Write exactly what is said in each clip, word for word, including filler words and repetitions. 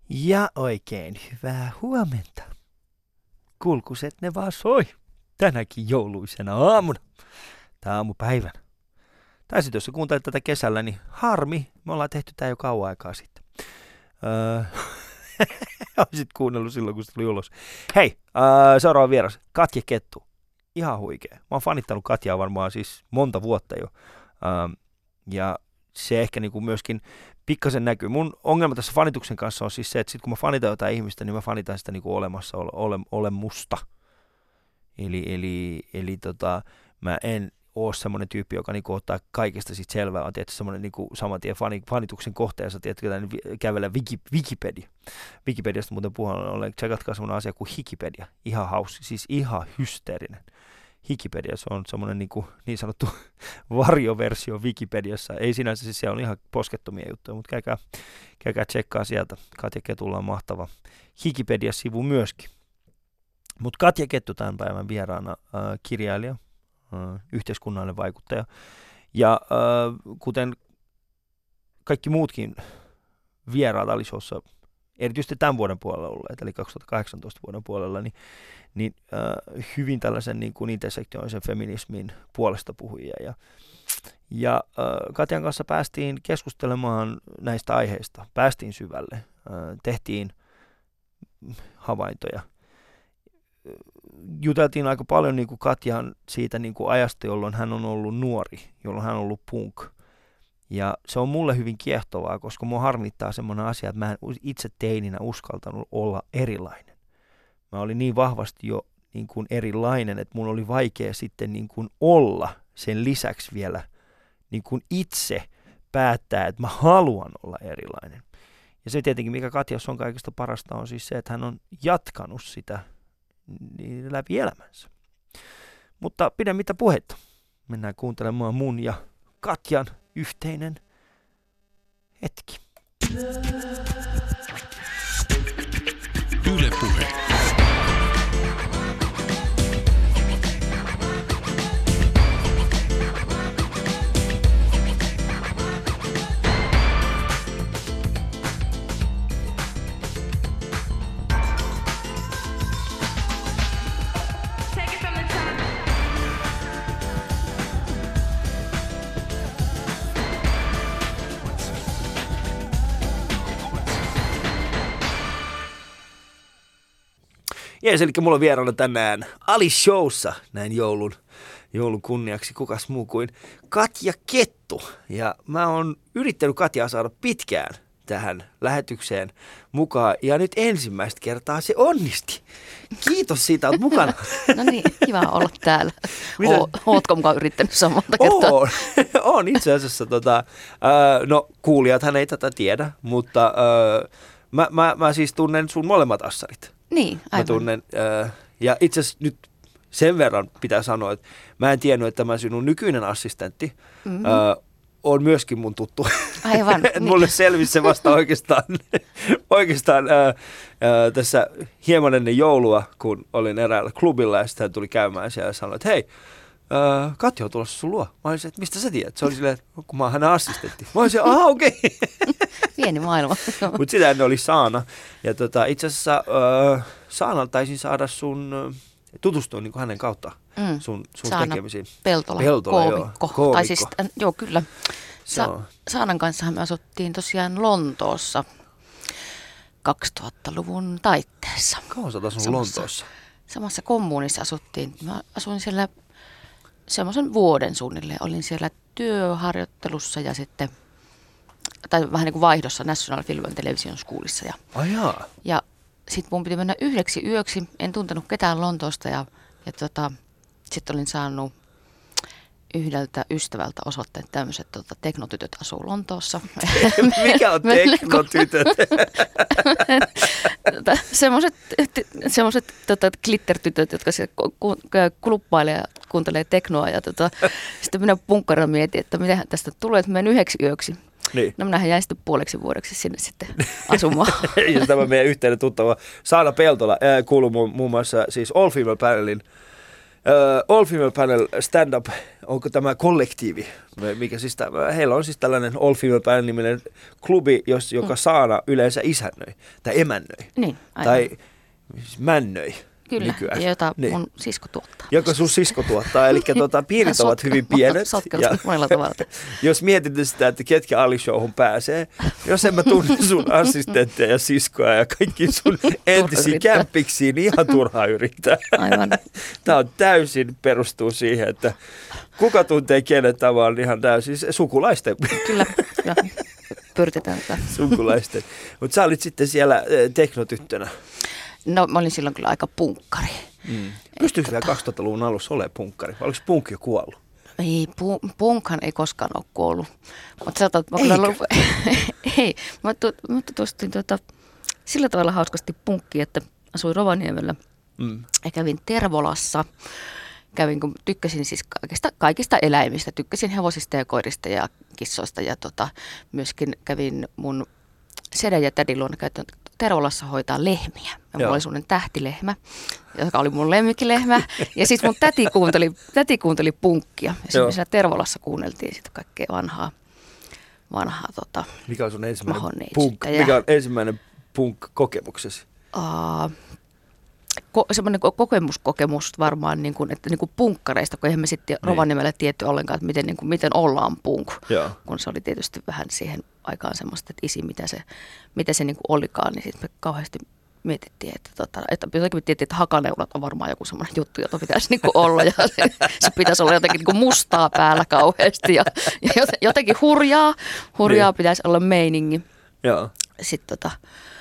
Ja oikein hyvää huomenta. Kulkuset ne vaan soi tänäkin jouluisena aamuna. Tää aamupäivänä. Tai sitten jos sä kuuntelet tätä kesällä, niin harmi. Me ollaan tehty tää jo kauan aikaa sitten. Öö, Olisit kuunnellut silloin, kun se tuli ulos. Hei, öö, seuraava vieras. Katja Kettu. Ihan huikea. Mä oon fanittanut Katjaa varmaan siis monta vuotta jo. Öö, ja se ehkä niinku myöskin pikkasen näkyy. Mun ongelma tässä fanituksen kanssa on siis se, että sit kun mä fanitan jotain ihmistä, niin mä fanitan sitä niinku olemassa ole, ole, olemusta. Eli, eli, eli tota, mä en ole semmoinen tyyppi, joka niinku ottaa kaikesta sit selvää. On tietysti semmoinen niinku saman tien fanituksen kohteessa, tietysti kävellä Wiki, Wikipedia. Wikipediasta muuten puhun, olen tsekatkaa semmoinen asia kuin Hikipedia. Ihan hauska, siis ihan hysteerinen. Hikipedia, se on semmoinen niin, niin sanottu varjoversio Wikipediassa. Ei sinänsä, siis siellä on ihan poskettomia juttuja, mutta käykää, käykää tsekkaa sieltä. Katja Ketulla on mahtava Hikipedia-sivu myöskin. Mutta Katja Kettu tämän päivän vieraana, äh, kirjailija, äh, yhteiskunnallinen vaikuttaja. Ja äh, kuten kaikki muutkin vieraat Alishowssa, erityisesti tämän vuoden puolella olleet, eli kaksituhattakahdeksantoista vuoden puolella, niin, niin äh, hyvin tällaisen niin kuin intersektionaalisen feminismin puolesta puhujia. Ja, ja äh, Katjan kanssa päästiin keskustelemaan näistä aiheista, päästiin syvälle, äh, tehtiin havaintoja. Juteltiin aika paljon niin kuin Katjan siitä niin kuin ajasta, jolloin hän on ollut nuori, jolloin hän on ollut punk. Ja se on mulle hyvin kiehtovaa, koska mua harmittaa semmoinen asia, että mä en itse teininä uskaltanut olla erilainen. Mä olin niin vahvasti jo niin kuin erilainen, että mun oli vaikea sitten niin kuin olla sen lisäksi vielä niin kuin itse päättää, että mä haluan olla erilainen. Ja se tietenkin, mikä Katjassa on kaikista parasta, on siis se, että hän on jatkanut sitä niin läpi elämänsä. Mutta pidemmittä puhetta. Mennään kuuntelemaan mun ja Katjan yhteinen hetki. Yle Puhe. Jees, eli mulla on vieraana tänään Alishowssa näin joulun, joulun kunniaksi kukas muu kuin Katja Kettu. Ja mä oon yrittänyt Katjaa saada pitkään tähän lähetykseen mukaan ja nyt ensimmäistä kertaa se onnisti. Kiitos siitä, oot mukana. No niin, kiva olla täällä. O, ootko mukaan yrittänyt samalta kertaa? Oon, oon itse asiassa. Tota, äh, no kuulijathan ei tätä tiedä, mutta äh, mä, mä, mä siis tunnen sun molemmat assarit. Niin, aivan. Mä tunnen, äh, ja itse asiassa nyt sen verran pitää sanoa, että mä en tiennyt, että tämä sinun nykyinen assistentti mm-hmm. äh, on myöskin mun tuttu. Aivan. Niin. Mulle selvisi se vasta oikeastaan, oikeastaan äh, äh, tässä hieman ennen joulua, kun olin eräällä klubilla ja sitten hän tuli käymään siellä ja sanoi, että hei, äh, Katja on tulossa sun luo. Mä olisin, että mistä sä tiedät? Se oli silleen, kun mä oon hänen assistentti. Mä olisin, aha okei. Okay. Pieni maailma. Mutta sitä ennen oli Saana. Ja tota, itse asiassa äh, Saanalta taisin saada sun, äh, tutustua niin kuin hänen kautta mm. sun, sun Saana tekemisiin. Peltola, Peltola koomikko. Joo, koomikko. Tai siis, äh, joo kyllä. Sa- Saanan kanssahan me asuttiin tosiaan Lontoossa kaksituhattaluvun taitteessa. Kauan sä oot asunut Lontoossa? Samassa kommunissa asuttiin. Mä asuin siellä semmoisen vuoden suunnilleen. Olin siellä työharjoittelussa ja sitten tai vähän niin kuin vaihdossa National Film and Television Schoolissa. Ja, Ajaa. ja sitten mun piti mennä yhdeksi yöksi. En tuntenut ketään Lontoosta ja, ja tota, sitten olin saanut yhdeltä ystävältä osoitteen, että tämmöiset tota, teknotytöt asuu Lontoossa. Mikä on teknotytöt? Semmoiset semmoiset tota, glittertytöt, jotka siellä klubbailee ja kuuntelee teknoa. Ja tota, sitten minä punkkarilla mietin, että mitähän tästä tulee, että menen yhdeksi yöksi. Niin. No minähän jäin sitten puoleksi vuodeksi sinne sitten asumaan. Ja tämä meidän yhteinen tuttava Saana Peltola äh, kuuluu mu- muun muassa siis All Female Panelin Uh, All Female Panel stand-up, onko tämä kollektiivi? Mikä siis tämä, heillä on siis tällainen All Female Panel -niminen klubi, jos, joka mm. Saana yleensä isännöi tai emännöi niin, tai siis männöi. Kyllä, nykyään. jota niin. mun sisko tuottaa. Joka sun sisko tuottaa, eli tota, piirit ovat sotke, hyvin pienet. Ja monella tavalla. Jos mietit sitä, että ketkä Ali-showhun pääsee, jos en mä tunne sun assistentteja ja siskoa ja kaikki sun entisiä kämppiksi, niin ihan turhaa yrittää. Aivan. Tämä on täysin perustuu siihen, että kuka tuntee kenet, tämä on ihan täysin sukulaisten. Kyllä, ja pyritetään tätä. Sukulaisten. Mutta sä olit sitten siellä teknotyttönä. No mä olin silloin kyllä aika punkkari. Mm. Pystyykö vielä kaksituhattaluvun alussa olemaan punkkari? Vai oliko punk jo kuollut? Ei, pu- punkhan ei koskaan ole kuollut. Mutta sanotaan, että mä kyllä ollut... Ei, mä, tu- mä tutustuin tuota, sillä tavalla hauskasti punkkiin, että asuin Rovaniemellä mm. ja kävin Tervolassa. Kävin, kun tykkäsin siis kaikista, kaikista eläimistä. Tykkäsin hevosista ja koirista ja kissoista ja tota, myöskin kävin mun sedän ja tädin luona käytön Tervolassa hoitaa lehmiä. Ja mulla oli sellainen tähtilehmä, joka oli mun lemmikkilehmä. Ja siis mun täti kuunteli, täti kuunteli punkkia. Ja sitten siellä Tervolassa kuunneltiin sitä kaikkea vanhaa. vanhaa tota, Mikä on sun ensimmäinen punk, mikä on ensimmäinen punk-kokemuksesi? Uh, ko, semmoinen kokemuskokemus varmaan, niin kuin, että niin kuin punkkareista, kun eihän me sitten niin. Rovaniemellä tietty ollenkaan, että miten, niin kuin, miten ollaan punk. Joo. Kun se oli tietysti vähän siihen aikaan semmoista, että isi, mitä se, mitä se niin kuin olikaan, niin sitten me kauheasti mietittiin, että, tota, että jotenkin me tiettiin, että hakaneulat on varmaan joku semmoinen juttu, jota pitäisi niin kuin olla ja se, se pitäisi olla jotenkin niin kuin mustaa päällä kauheasti ja, ja jotenkin hurjaa, hurjaa niin. Pitäisi olla meiningi. Joo. Sitten tota,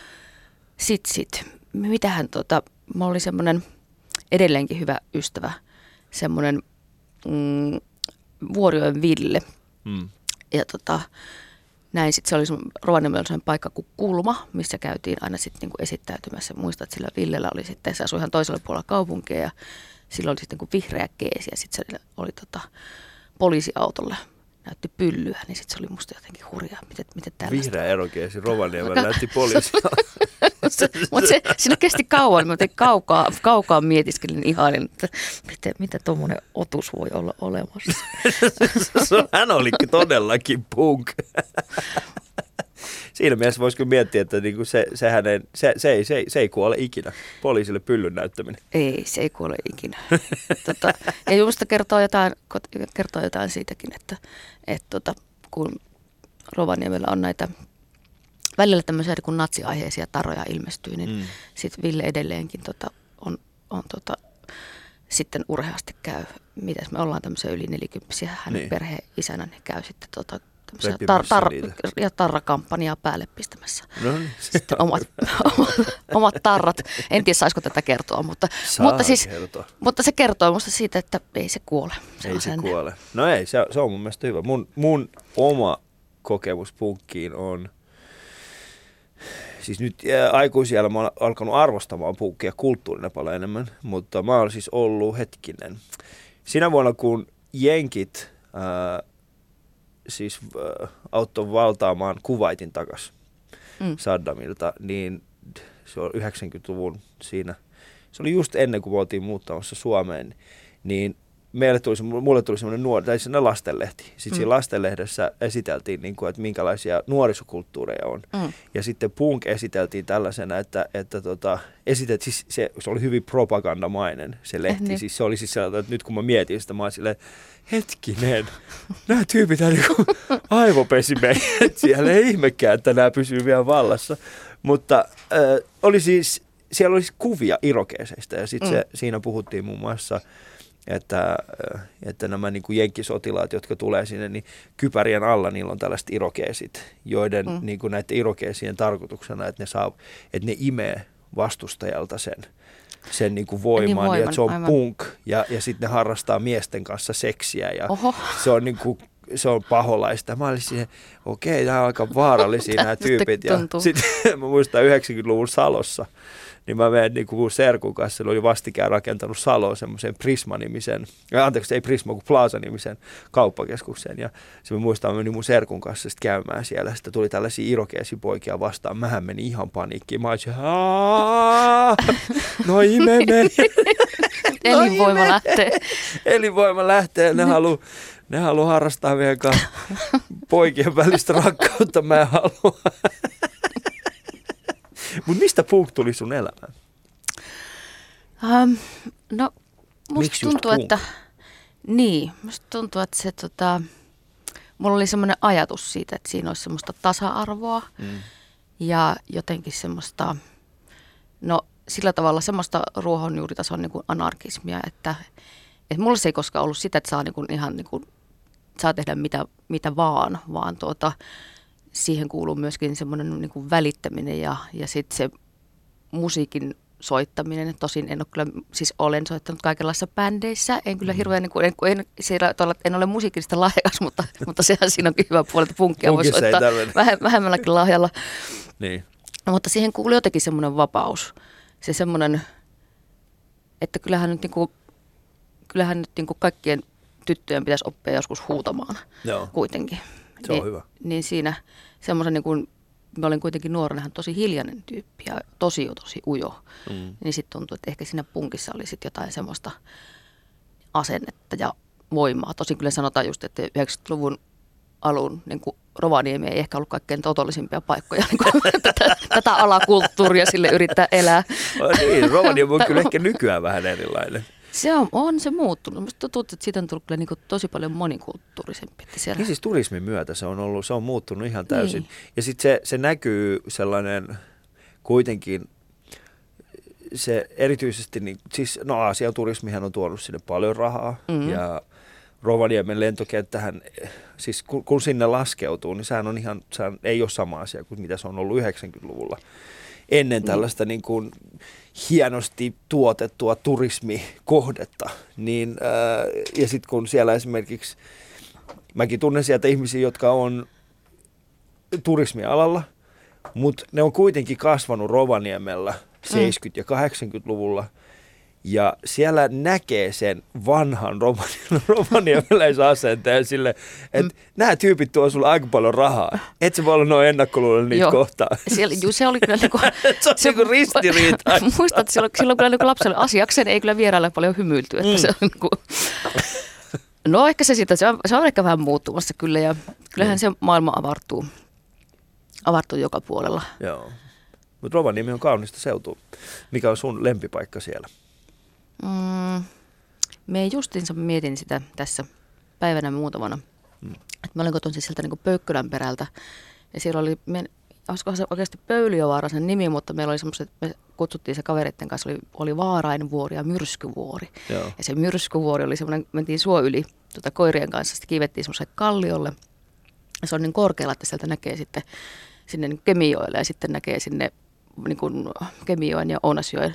sit, sit, mitähän tota, mä olin semmoinen edelleenkin hyvä ystävä, semmoinen mm, Vuorijoen Ville. Mm. Ja tota, näin sitten se oli Rovaniemellä sellainen paikka kuin Kulma, missä käytiin aina sitten niinku esittäytymässä. Muistan, että sillä Villellä oli sitten, se asui ihan toisella puolella kaupunkia ja sillä oli sitten niinku vihreä keesi ja sitten se oli tota, poliisiautolla. Näytti pyllyä, niin sitten se oli musta jotenkin hurjaa. Miten, miten vihreä erokeesi Rovaniemellä näytti poliisia. Mutta se, siinä kesti kauan. Mä tein kaukaa, kaukaa mietiskelin ihailin, että miten, mitä tuommoinen otus voi olla olemassa. Hän oli todellakin punk. Siinä mielessä voisi kyllä miettiä, että niinku se, sehän ei, se, se, ei, se, ei, se ei kuole ikinä, poliisille pyllyn näyttäminen. Ei, se ei kuole ikinä. tota, ja minusta kertoo jotain, kertoo jotain siitäkin, että, että tota, kun Rovaniemellä on näitä välillä tämmöisiä kun natsiaiheisia taroja ilmestyy, niin mm. sitten Ville edelleenkin tota, on, on tota, sitten urheasti käy, mitäs me ollaan tämmöisiä yli nelikymppisiä, hänen niin. perheen isänä, niin käy sitten tota, tar- tar- ja tarrakampanjaa päälle pistämässä. No niin. Sitten omat, omat, omat tarrat. En tiedä, saisiko tätä kertoa, mutta, mutta, siis, mutta se kertoo musta siitä, että ei se kuole. Se ei se kuole. No ei, se, se on mun mielestä hyvä. Mun, mun oma kokemus punkkiin on, siis nyt aikuisiellä mä oon alkanut arvostamaan punkkia kulttuurina paljon enemmän, mutta mä oon siis ollut hetkinen. Siinä vuonna, kun jenkit ää, siis äh, auttoi valtaamaan Kuwaitin takaisin mm. Saddamilta, niin se on yhdeksänkymmentäluvun siinä, se oli just ennen kuin me oltiin muuttamassa Suomeen, niin meille tuli, mulle tuli semmoinen nuori, tai semmoinen lastenlehti. Sitten mm. siinä lastenlehdessä esiteltiin, niin kuin, että minkälaisia nuorisokulttuureja on. Mm. Ja sitten punk esiteltiin tällaisena, että, että tota, esitet, siis se, se oli hyvin propagandamainen se lehti. Eh, niin. Siis se oli siis sellainen, että nyt kun mä mietin sitä, mä olin silleen, hetkinen, nämä tyypit on niin aivopesi meidät. Siellä ei ihmekään, että nämä pysyy vielä vallassa. Mutta äh, oli siis, siellä oli siis kuvia irokeeseistä ja sitten mm. siinä puhuttiin muun muassa, että, että nämä niin kuin jenkkisotilaat, jotka tulee sinne, niin kypärien alla niillä on tällaiset irokeesit, joiden mm. niin kuin näiden irokeesien tarkoituksena, että ne, saa, että ne imee vastustajalta sen, sen niin kuin voiman, niin voiman, ja että se on aivan. Punk, ja, ja sitten ne harrastaa miesten kanssa seksiä, ja Oho. se on niin kuin se on paholaista. Mä olin siihen, okei, okay, nämä on aika vaarallisia nämä tyypit. Ja sitten mä muistan yhdeksänkymmentäluvun Salossa, niin mä menen niin kuin serkun kanssa, se oli vastikään rakentanut Saloon semmoisen Prisma-nimisen, anteeksi ei Prisma, kuin Plaza-nimisen kauppakeskukseen. Ja se mä muistan, mä menin mun serkun kanssa sit käymään siellä. Sitten tuli tällaisia irokeesipoikia vastaan. Mähän meni ihan paniikkiin. Mä olisin, aah, no ime meni. Elinvoima lähtee. Elinvoima lähtee. Ne haluaa ne halu harrastaa meidän kanssa poikien välistä rakkautta. Mä en halua. Mutta mistä punk tuli sun elämään? Um, no, musta Miksi tuntuu, että niin, musta tuntuu, että se tota, mulla oli semmoinen ajatus siitä, että siinä olisi semmoista tasa-arvoa mm. ja jotenkin semmoista, no sillä tavalla semmoista ruohonjuuritason niin kuin anarkismia, että, että mulla se ei koskaan ollut sitä, että saa niin kuin ihan niin kuin, saa tehdä mitä, mitä vaan, vaan tuota, siihen kuuluu myöskin semmoinen niin kuin välittäminen ja, ja sitten se musiikin soittaminen. Tosin en ole kyllä, siis olen soittanut kaikenlaisissa bändeissä. En kyllä hirveän, niin kuin, en, en, siellä, en ole musiikillista lahjakas, mutta, mutta sehän siinä onkin hyvä puoli, että punkkia voi soittaa vähem, vähemmälläkin lahjalla. Niin. No, mutta siihen kuuluu jotenkin semmoinen vapaus. Se semmoinen, että kyllähän nyt, niin kuin, kyllähän nyt niin kuin kaikkien tyttöjen pitäisi oppia joskus huutamaan. Joo. Kuitenkin. Se on niin, hyvä. Niin siinä semmoisen, niin kuin, mä olin kuitenkin nuorena tosi hiljainen tyyppi ja tosi tosi ujo. Mm. Niin sitten tuntui, että ehkä siinä punkissa oli sitten jotain semmoista asennetta ja voimaa. Tosin kyllä sanotaan just, että yhdeksänkymmentäluvun alun niin kuin Rovaniemi ei ehkä ollut kaikkein otollisimpia paikkoja niin kuin, tätä, tätä alakulttuuria sille yrittää elää. Oh, niin, Rovaniemi on kyllä ehkä nykyään vähän erilainen. Se on, on se muuttunut. Minusta tuntuu, että siitä on tullut kyllä niin kuin tosi paljon monikulttuurisempi. Siellä... Niin siis turismin myötä se on, ollut, se on muuttunut ihan täysin. Niin. Ja sitten se, se näkyy sellainen kuitenkin, se erityisesti, niin, siis no Aasian turismihan on tuonut sinne paljon rahaa. Mm-hmm. Ja Rovaniemen lentokenttähän, siis kun, kun sinne laskeutuu, niin sehän on ihan, sehän ei ole sama asia kuin mitä se on ollut yhdeksänkymmentäluvulla. Ennen tällaista niin kuin hienosti tuotettua turismikohdetta. Niin, ää, ja sitten kun siellä esimerkiksi, mäkin tunnen sieltä ihmisiä, jotka on turismialalla, mutta ne on kuitenkin kasvanut Rovaniemellä seitsemänkymmentä- ja kahdeksankymmentäluvulla. Ja siellä näkee sen vanhan rovaniemeläisen asenteen sille, että mm. nämä tyypit tuo sulle aika paljon rahaa. Et se voi olla noin ennakkoluulla niitä kohtaan. Siellä, juu, se oli kyllä niinku... se on niinku ristiriitaista. Muistat, että silloin, silloin kyllä niinku lapselle asiakseen ei kyllä vieraille paljon hymyilty. Että mm. se on niinku... No ehkä se siitä, se on, se on ehkä vähän muuttumassa kyllä ja kyllähän mm. se maailma avartuu, avartuu joka puolella. Joo, mutta Rovaniemi on kaunista seutua. Mikä on sun lempipaikka siellä? Mm, me justiinsa mietin sitä tässä päivänä muutamana. Mm. Mä olin kotoisin sieltä niin Pöykkölän perältä ja siellä oli, me, olisikohan se oikeasti Pöyliövaara sen nimi, mutta meillä oli semmoiset, me kutsuttiin se kavereiden kanssa, oli, oli Vaarainvuori ja Myrskyvuori. Joo. Ja se Myrskyvuori oli semmoinen, mentiin suo yli tuota, koirien kanssa, sitten kiivettiin semmoiselle kalliolle. Ja se on niin korkealla, että sieltä näkee sitten sinne niin Kemijoelle ja sitten näkee sinne niin kuin Kemijoen ja Ounasjoen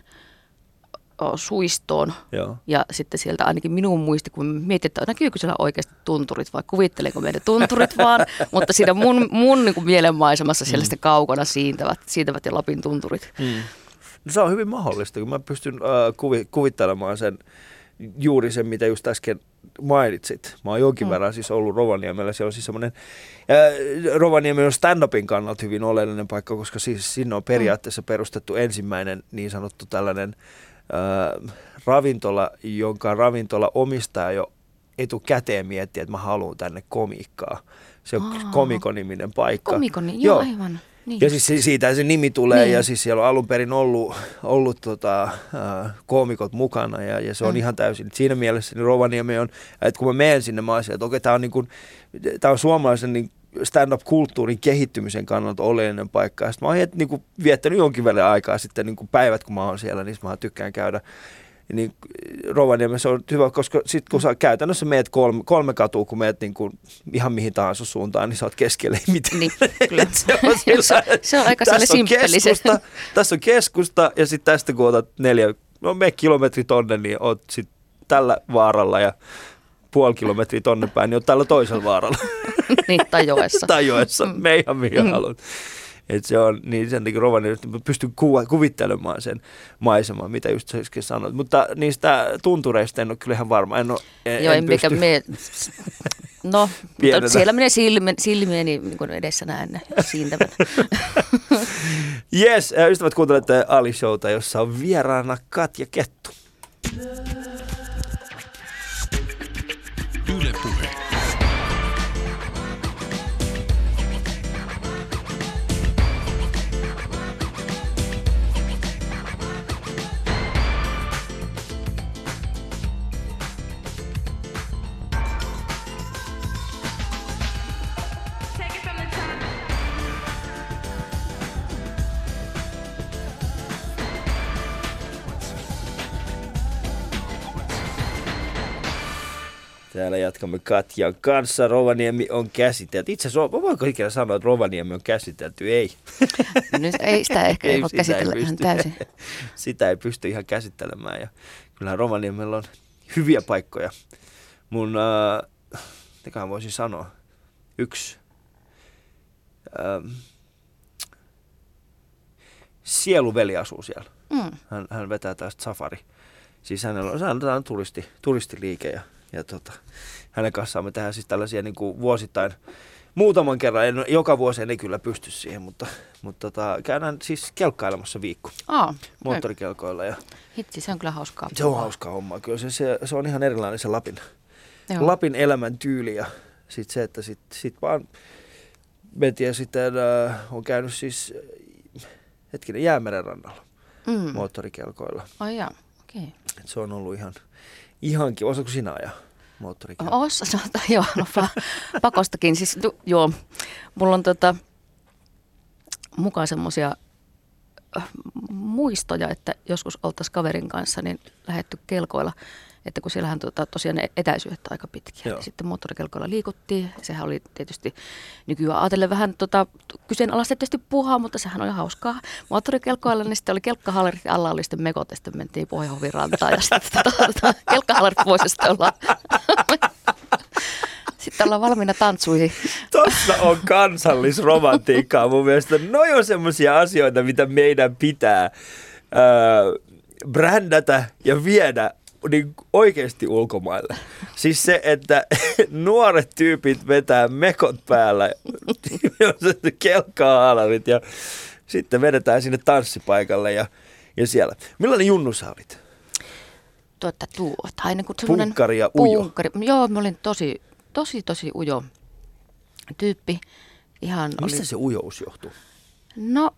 suistoon. Joo. Ja sitten sieltä ainakin minun muisti, kun mietin, että näkyykö siellä oikeasti tunturit vai kuvittelenko meidän tunturit vaan, mutta siinä mun, mun niin kuin mielenmaisemassa siellä mm. kaukana siintävät, siintävät ja Lapin tunturit. Mm. No, se on hyvin mahdollista, kun mä pystyn äh, kuvi, kuvittelemaan sen juuri sen, mitä just äsken mainitsit. Mä oon jonkin mm. verran siis ollut Rovaniemellä. Siellä on siis semmoinen, äh, Rovaniemi on stand-upin kannalta hyvin oleellinen paikka, koska siis sinne on periaatteessa perustettu ensimmäinen niin sanottu tällainen Äh, ravintola, jonka ravintola omistaja jo etukäteen miettii, että mä haluan tänne komiikkaa. Se on Aa. Komiko-niminen paikka. Komikoni, joo, joo. Aivan. Niin. Ja siis siitä se nimi tulee niin. Ja siis siellä on alun perin ollut, ollut tota, äh, koomikot mukana ja, ja se on mm. ihan täysin. Siinä mielessä niin Rovaniemi on, että kun mä menen sinne, mä olisin, että okei, tää on, niin kuin, tää on suomalaisen niin stand-up-kulttuurin kehittymisen kannalta oleellinen paikka. Ja sitten mä oon niin kuin viettänyt jonkin verran aikaa sitten niin kuin päivät, kun mä oon siellä, niin mä tykkään käydä. Niin Rovaniemessä on hyvä, koska sitten kun sä käytännössä meet kolme, kolme katua, kun meet niin kuin ihan mihin tahansa suuntaan, niin sä oot keskellä ei mitään. Niin, kyllä. se, on sillä, se on aika sellainen simppeli. Tässä on keskusta ja sitten tästä kun otat neljä, no me kilometri tonne, niin oot sitten tällä vaaralla ja puoli kilometriä tonne päin, niin on täällä toisella vaaralla. Niin, tai joessa. tai joessa, me ei ihan mihin mm. haluat. Että se on, niin sen takia Rovaniemi, pystyn kuva, kuvittelemaan sen maiseman, mitä just äsken sanoit. Mutta niistä tuntureista en ole kyllä ihan varma. En ole, en, Joo, en en mikä me... No, mutta siellä menee silmi, silmieni niin edessä näen ne siintävät. Jes, ystävät, kuuntelette Ali-showta, jossa on vieraana Katja Kettu. Yle Puhe. Täällä jatkamme Katjan kanssa. Rovaniemi on käsitelty. Itse asiassa, voiko ikinä sanoa, että Rovaniemi on käsitelty? Ei. Nyt ei sitä ehkä ei voi käsitellä ihan täysin. Sitä ei pysty ihan käsittelemään. Ja kyllähän Rovaniemellä on hyviä paikkoja. Mun, äh, mitäköhän voisin sanoa, yksi äh, sieluveli asuu siellä. Mm. Hän, hän vetää tästä safari. Siis hänellä on, hänellä on turisti, turistiliike ja Ja tota, hänen kanssaan me tehdään siis tällaisia niin kuin vuosittain muutaman kerran. En, joka vuosi ei kyllä pysty siihen, mutta, mutta tota, käydään siis kelkkailemassa viikko. Aa, moottorikelkoilla. Ja hitsi, se on kyllä hauskaa. Se on hauskaa hommaa. Kyllä se, se, se on ihan erilainen se Lapin, Lapin elämän tyyli. Ja sitten se, että sit, sit vaan Metiä sitten äh, on käynyt siis hetkinen Jäämeren rannalla mm. moottorikelkoilla. Ai jaa, okei. Okay. Se on ollut ihan... Ihankin. Osaatko sinä ajaa moottorikelkalla? Osa, no, joo, no pakostakin. Siis, tu, joo, mulla on tota, mukaan semmoisia äh, muistoja, että joskus oltaisiin kaverin kanssa niin lähdetty kelkoilla, että kun siellähän tota, tosiaan ne etäisyydet aika pitkiä. Joo. Sitten moottorikelkoilla liikuttiin. Sehän oli tietysti nykyään ajatellen vähän tota, kyseenalaisesti puhaa, mutta sehän oli hauskaa. Moottorikelkoilla, niin sitten oli kelkkahallerit, alla oli sitten mekot, ja sitten mentiin Pohjanhovin rantaan. Ja sitten tota, tota, kelkkahallerit pois, ja sitten ollaan, sitten ollaan valmiina tantsuihin. Tossa on kansallisromantiikkaa mun mielestä. Noi on semmoisia asioita, mitä meidän pitää äh, brändätä ja viedä niin oikeasti ulkomaille. Siis se, että nuoret tyypit vetää mekot päällä, kelkkahaalarit ja sitten vedetään sinne tanssipaikalle ja, ja siellä. Millainen junnu sä olit? Tuota, tuota, aina kuin semmoinen punkkari ja ujo. Punkkari. Joo, mä olin tosi, tosi, tosi ujo tyyppi. Ihan Mistä oli... se ujous johtuu? No,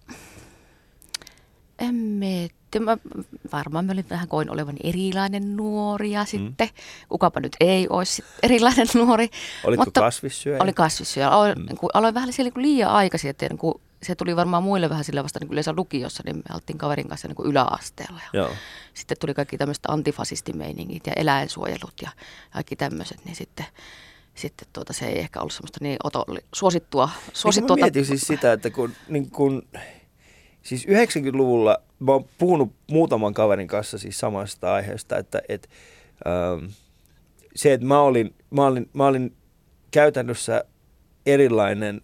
en miettiä. Mä varmaan mä olin vähän koin olevani erilainen nuori ja sitten, mm. kukapa nyt ei olisi erilainen nuori. Olitko mutta kasvissyöjä? Oli kasvissyöjä. Aloin, mm. aloin vähän siellä niin liian aikaisin, että niin kuin, se tuli varmaan muille vähän sillä vasta niin yleensä lukiossa, niin me oltiin kaverin kanssa niin kuin yläasteella. Ja Joo. Sitten tuli kaikki tämmöiset antifasistimeiningit ja eläinsuojelut ja kaikki tämmöiset, niin sitten... Sitten tuota, se ei ehkä ollut semmoista niin oto, suosittua. suosittua niin, mä mietin siis sitä, että kun, niin kun siis yhdeksänkymmentäluvulla mä oon puhunut muutaman kaverin kanssa siis samasta aiheesta, että et, ähm, se, että mä olin, mä, olin, mä olin käytännössä erilainen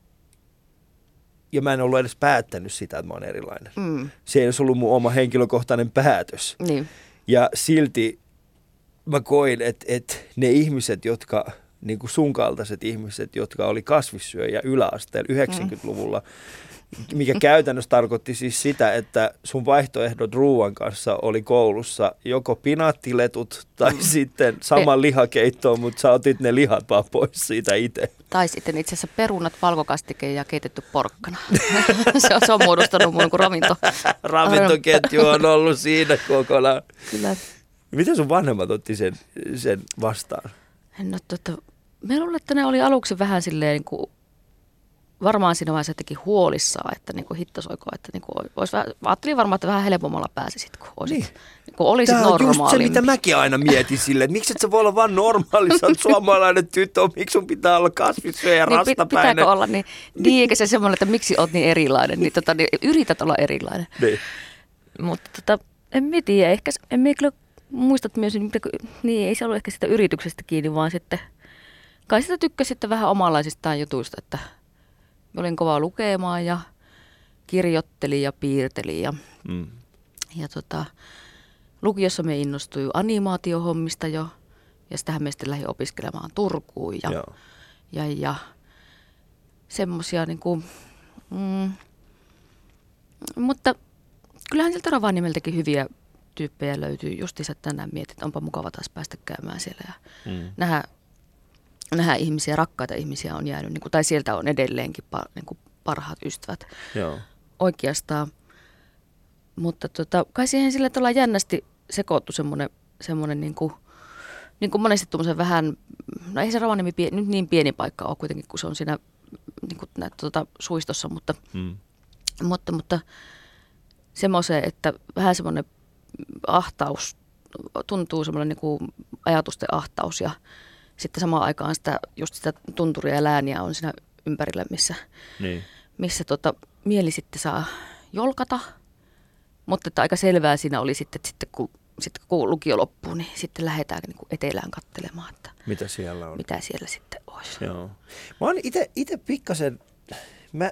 ja mä en ollut edes päättänyt sitä, että mä oon erilainen. Mm. Se ei olisi ollut mun oma henkilökohtainen päätös. Niin. Ja silti mä koin, että, että ne ihmiset, jotka... niin kuin sun kaltaiset ihmiset, jotka oli kasvissyöjä yläasteella yhdeksänkymmentäluvulla, mikä käytännössä tarkoitti siis sitä, että sun vaihtoehdot ruuan kanssa oli koulussa joko pinaattiletut tai mm. sitten sama lihakeitto, mutta sä otit ne lihat vaan pois siitä itse. Tai sitten itse asiassa perunat, valkokastike ja keitetty porkkana. se, on, se on muodostanut mun kuin ravinto. Ravintoketju on ollut siinä kokonaan. Kyllä. Miten sun vanhemmat otti sen, sen vastaan? No, tota, me luulen, että ne oli aluksi vähän silleen, niin kuin, varmaan siinä vaiheessa teki huolissaan, että niin kuin hittosoiko, että niin kuin, olisi vähän, ajattelin varmaan, että vähän helpommalla pääsisit, kun olisit, niin. niin kuin olisit normaalimpi. Tämä on just se, mitä mäkin aina mietin silleen, että miksi et sä voi olla vaan normaali, sä oot suomalainen tyttö, miksi sun pitää olla kasvissyöjä ja niin, rastapäinen. Pitääkö olla niin, niin eikä se semmoinen, että miksi oot niin erilainen, niin, tota, niin yrität olla erilainen. Niin. Mutta tota, en mä tiedä, ehkä en mä kyllä muistat myös, niin ei se ollut ehkä sitä yrityksestä kiinni, vaan sitten kai sitä tykkäsi sitten vähän omanlaisistaan jutuista, että olin kova lukemaan ja kirjoittelin ja piirtelin ja, mm. ja tota, lukiossa me innostui animaatiohommista jo ja sitähän me sitten lähdin opiskelemaan Turkuun ja, ja, ja semmoisia niin kuin, mm, mutta kyllähän sieltä Rovaniemeltäkin hyviä tyyppejä löytyy. Justiinsa tänään mietin, että onpa mukava taas päästä käymään siellä ja mm. nähdä, nähdä ihmisiä, rakkaita ihmisiä on jäänyt, niin kuin, tai sieltä on edelleenkin par, niin kuin parhaat ystävät. Joo. Oikeastaan. Mutta tota, kai siihen sillä tavalla jännästi sekoittu semmoinen, semmoinen niin kuin, niin kuin monesti tuommoisen vähän, no ei se Rovaniemi pie, nyt niin pieni paikka ole kuitenkin, kun se on siinä niin kuin, näet, tuota, suistossa, mutta, mm. mutta, mutta semmoisen, että vähän semmoinen ahtaus, tuntuu semmoinen niin kuin ajatusten ahtaus ja sitten samaan aikaan sitä, just sitä tunturia ja lääniä on siinä ympärillä, missä, niin. missä tota, mieli sitten saa jolkata, mutta että aika selvää siinä oli sitten, että sitten kun, sitten kun lukio loppuu, niin sitten lähdetään niin kuin etelään katselemaan, että mitä siellä on. Mitä siellä sitten olisi. Joo. Mä oon itse pikkasen, mä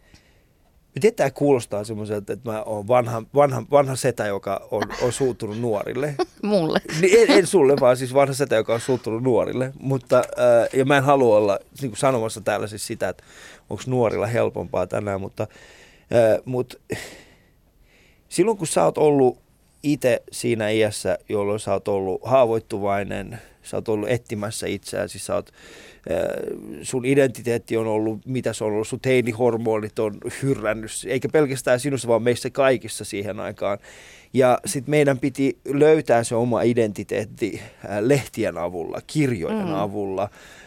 Miten tämä kuulostaa semmoiselta, että mä oon vanha, vanha, vanha setä, joka on, on suuttunut nuorille. Mulle. En, en sulle, vaan siis vanha setä, joka on suuttunut nuorille. Mutta, äh, ja mä en halua olla niin kuin sanomassa täällä siis sitä, että onko nuorilla helpompaa tänään, mutta, äh, mutta silloin kun sä oot ollut itse siinä iässä, jolloin sä oot ollut haavoittuvainen, sä oot ollut etsimässä itseäsi, sä oot, sun identiteetti on ollut, mitä se on ollut, sun teinihormonit on hyrrännyt, eikä pelkästään sinussa, vaan meissä kaikissa siihen aikaan. Ja sitten meidän piti löytää se oma identiteetti lehtien avulla, kirjojen mm. avulla,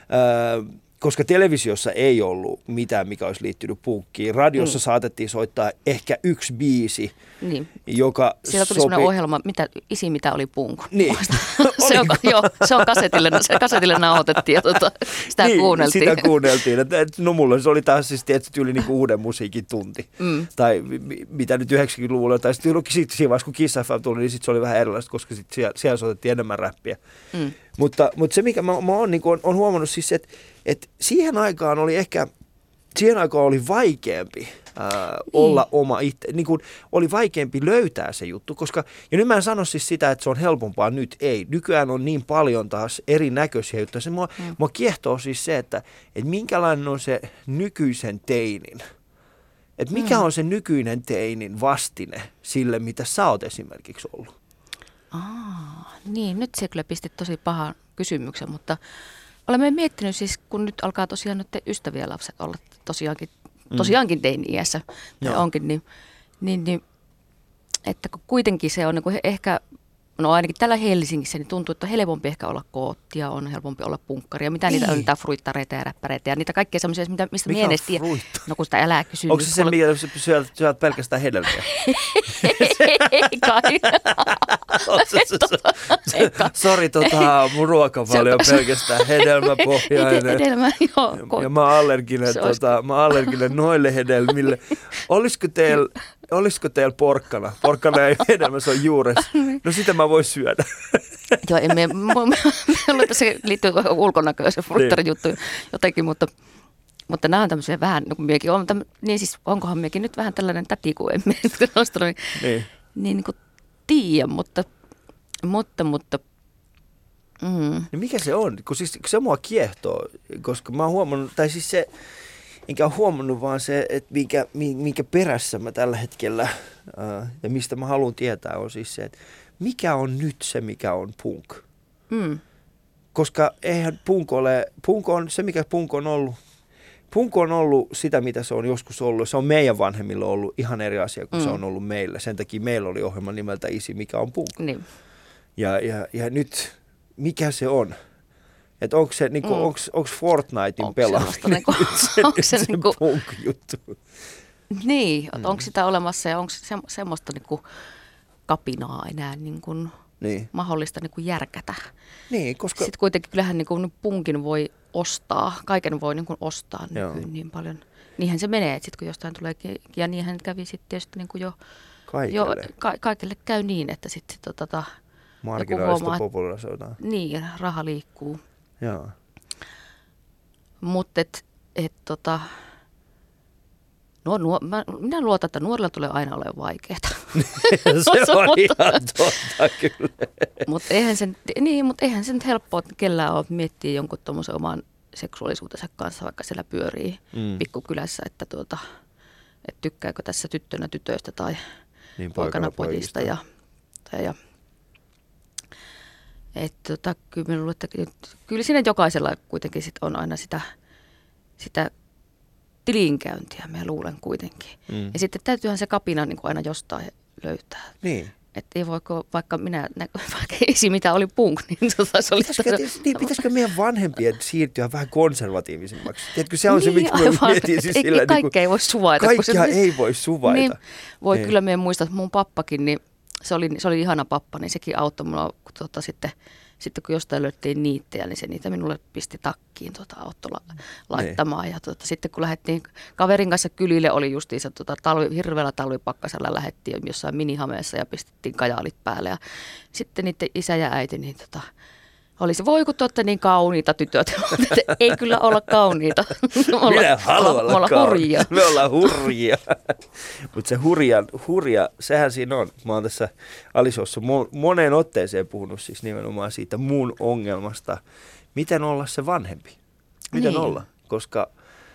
koska televisiossa ei ollut mitään, mikä olisi liittynyt punkkiin. Radiossa mm. saatettiin soittaa ehkä yksi biisi, niin. joka siellä tuli sopi... sellainen ohjelma, mitä, isi mitä oli punk. Niin. se, on, joo, se on kasetille, se kasetille nauhoitettiin ja tota, sitä niin, kuunneltiin. Sitä kuunneltiin. Et, et, no mulla se oli taas siis tietysti yli niinku uuden musiikin tunti. Mm. Tai mitä nyt yhdeksänkymmentäluvulla. Tai sitten sit, siinä vaiheessa, kun Kiss F M tuli, niin sit se oli vähän erilaista, koska sit siellä, siellä soitettiin enemmän räppiä. Mm. Mutta, mutta se, mikä mä, mä oon, niin on, on huomannut siis, että et siihen aikaan oli ehkä, siihen aikaan oli vaikeampi ää, niin. olla oma itse, niin kuin oli vaikeampi löytää se juttu, koska, ja nyt mä en sano siis sitä, että se on helpompaa nyt, ei. Nykyään on niin paljon taas erinäköisiä juttuja. Se mua, mm. mua kiehtoo siis se, että, että minkälainen on se nykyisen teinin, että mikä mm. on se nykyinen teinin vastine sille, mitä sä oot esimerkiksi ollut. Aa, niin, nyt se kyllä pisti tosi pahan kysymyksen, mutta olemme miettinyt siis, kun nyt alkaa tosiaan nyt ystäviä lapset olla tosiaankin, tosiaankin teini-iässä, tai onkin, niin, niin, niin, että kun kuitenkin se on niin kuin ehkä, no ainakin täällä Helsingissä, niin tuntuu, että on helpompi ehkä olla koottia, on helpompi olla punkkaria, mitä niitä on, niitä fruittareita ja räppäreitä ja niitä kaikkea semmoisia, mistä minä en edes tiedä. No kun sitä älä kysy. Onko se se, mikä syöt, syöt pelkästään hedelmiä? Ei kai. Sori, tota, mun ruokavalio on pelkästään hedelmäpohjainen. Hedelmä, joo. Ja mä oon allerginen, tota, mä oon allerginen noille hedelmille. Olisiko teillä Olisiko teillä porkkana? Porkkana ei hedelmä, se on juures. No sitä mä voin syödä. Joo, emme, minulle tässä liittyy ulkonäköön se fruttarijuttu jotenkin, mutta, mutta nämä on tämmöisiä vähän, niin kuin miekin on, niin siis onkohan miekin nyt vähän tällainen täti, kun emme niin, niin, niin kuin tiedä, mutta, mutta, mutta mm. niin mikä se on? Kun siis, se mua kiehtoo, koska mä oon huomannut, tai siis se, enkä ole huomannut vaan se, että minkä, minkä perässä mä tällä hetkellä ää, ja mistä mä haluan tietää on siis se, että mikä on nyt se, mikä on punk. Mm. Koska eihän punk ole, punk on se, mikä punk on ollut. Punk on ollut sitä, mitä se on joskus ollut. Se on meidän vanhemmille ollut ihan eri asia kuin mm. se on ollut meillä. Sen takia meillä oli ohjelma nimeltä Isi, mikä on punk. Niin. Ja, ja, ja nyt, mikä se on? Että onko se, niinku, mm. onko Fortnitein pelaaminen niinku, se, onko se, se niinku, punk-juttu? Niin, mm. onko sitä olemassa ja onko se, semmoista niinku kapinaa enää niinku niin. mahdollista niinku järkätä? Niin, koska sitten kuitenkin kyllähän niinku punkin voi ostaa, kaiken voi niinku ostaa nykyään niin paljon. Niinhän se menee, että sitten kun jostain tulee, ja niinhän kävi sitten tietysti niinku jo, kaikille. jo ka, kaikille käy niin, että sitten tota, Marginaalista popularisoidaan. Niin, raha liikkuu. Joo. Mutta et, et, tota, no, nuo, mä, minä luotan, että nuorilla tulee aina olemaan vaikeaa. Se on ihan totta kyllä. Mutta eihän, niin, mut eihän se nyt helppoa, että kellään ole miettiä jonkun tuommoisen oman seksuaalisuutensa kanssa, vaikka siellä pyörii mm. pikkukylässä, että, tuota, että tykkääkö tässä tyttönä tytöistä tai niin, poikana pojista. Ja, tai, ja, et, tota, kyllä, luulen, että, kyllä siinä jokaisella kuitenkin sit on aina sitä, sitä tilinkäyntiä, mä luulen kuitenkin. Mm. Ja sitten täytyyhän se kapina niin kuin aina jostain löytää. Niin. Että ei voiko, vaikka minä, vaikka esi mitä oli punk, niin tota se oli... Pitäisikö, niin, pitäisikö meidän vanhempien siirtyä vähän konservatiivisemmaksi? Tiedätkö, se on niin, se, mikä me mietin. Siis sillä, ei, kaikkea niin ei voi suvaita. Kaikkea se, ei voi suvaita. Niin, voi ei. Kyllä meidän muistaa, että mun pappakin, niin se oli, se oli ihana pappa, niin sekin auttoi mulla tota, sitten... Sitten kun jostain löyttiin niittejä, niin se niitä minulle pisti takkiin tuota autolla laittamaan. Ja tuota, sitten kun lähdettiin kaverin kanssa kylille, oli justiinsa tuota, talvi, hirveällä talvipakkasella lähdettiin jossain minihameessa ja pistettiin kajaalit päälle. Ja sitten niiden isä ja äiti, niin tota, oli se, voi kun te olette niin kauniita tytöt. Ei kyllä olla kauniita. Minä haluan olla, olla hurjia. Me ollaan hurjia. Mutta se hurja, hurja, sehän siinä on. Mä oon tässä Alisossa moneen otteeseen puhunut siis nimenomaan siitä mun ongelmasta. Miten olla se vanhempi? Miten niin. olla? Koska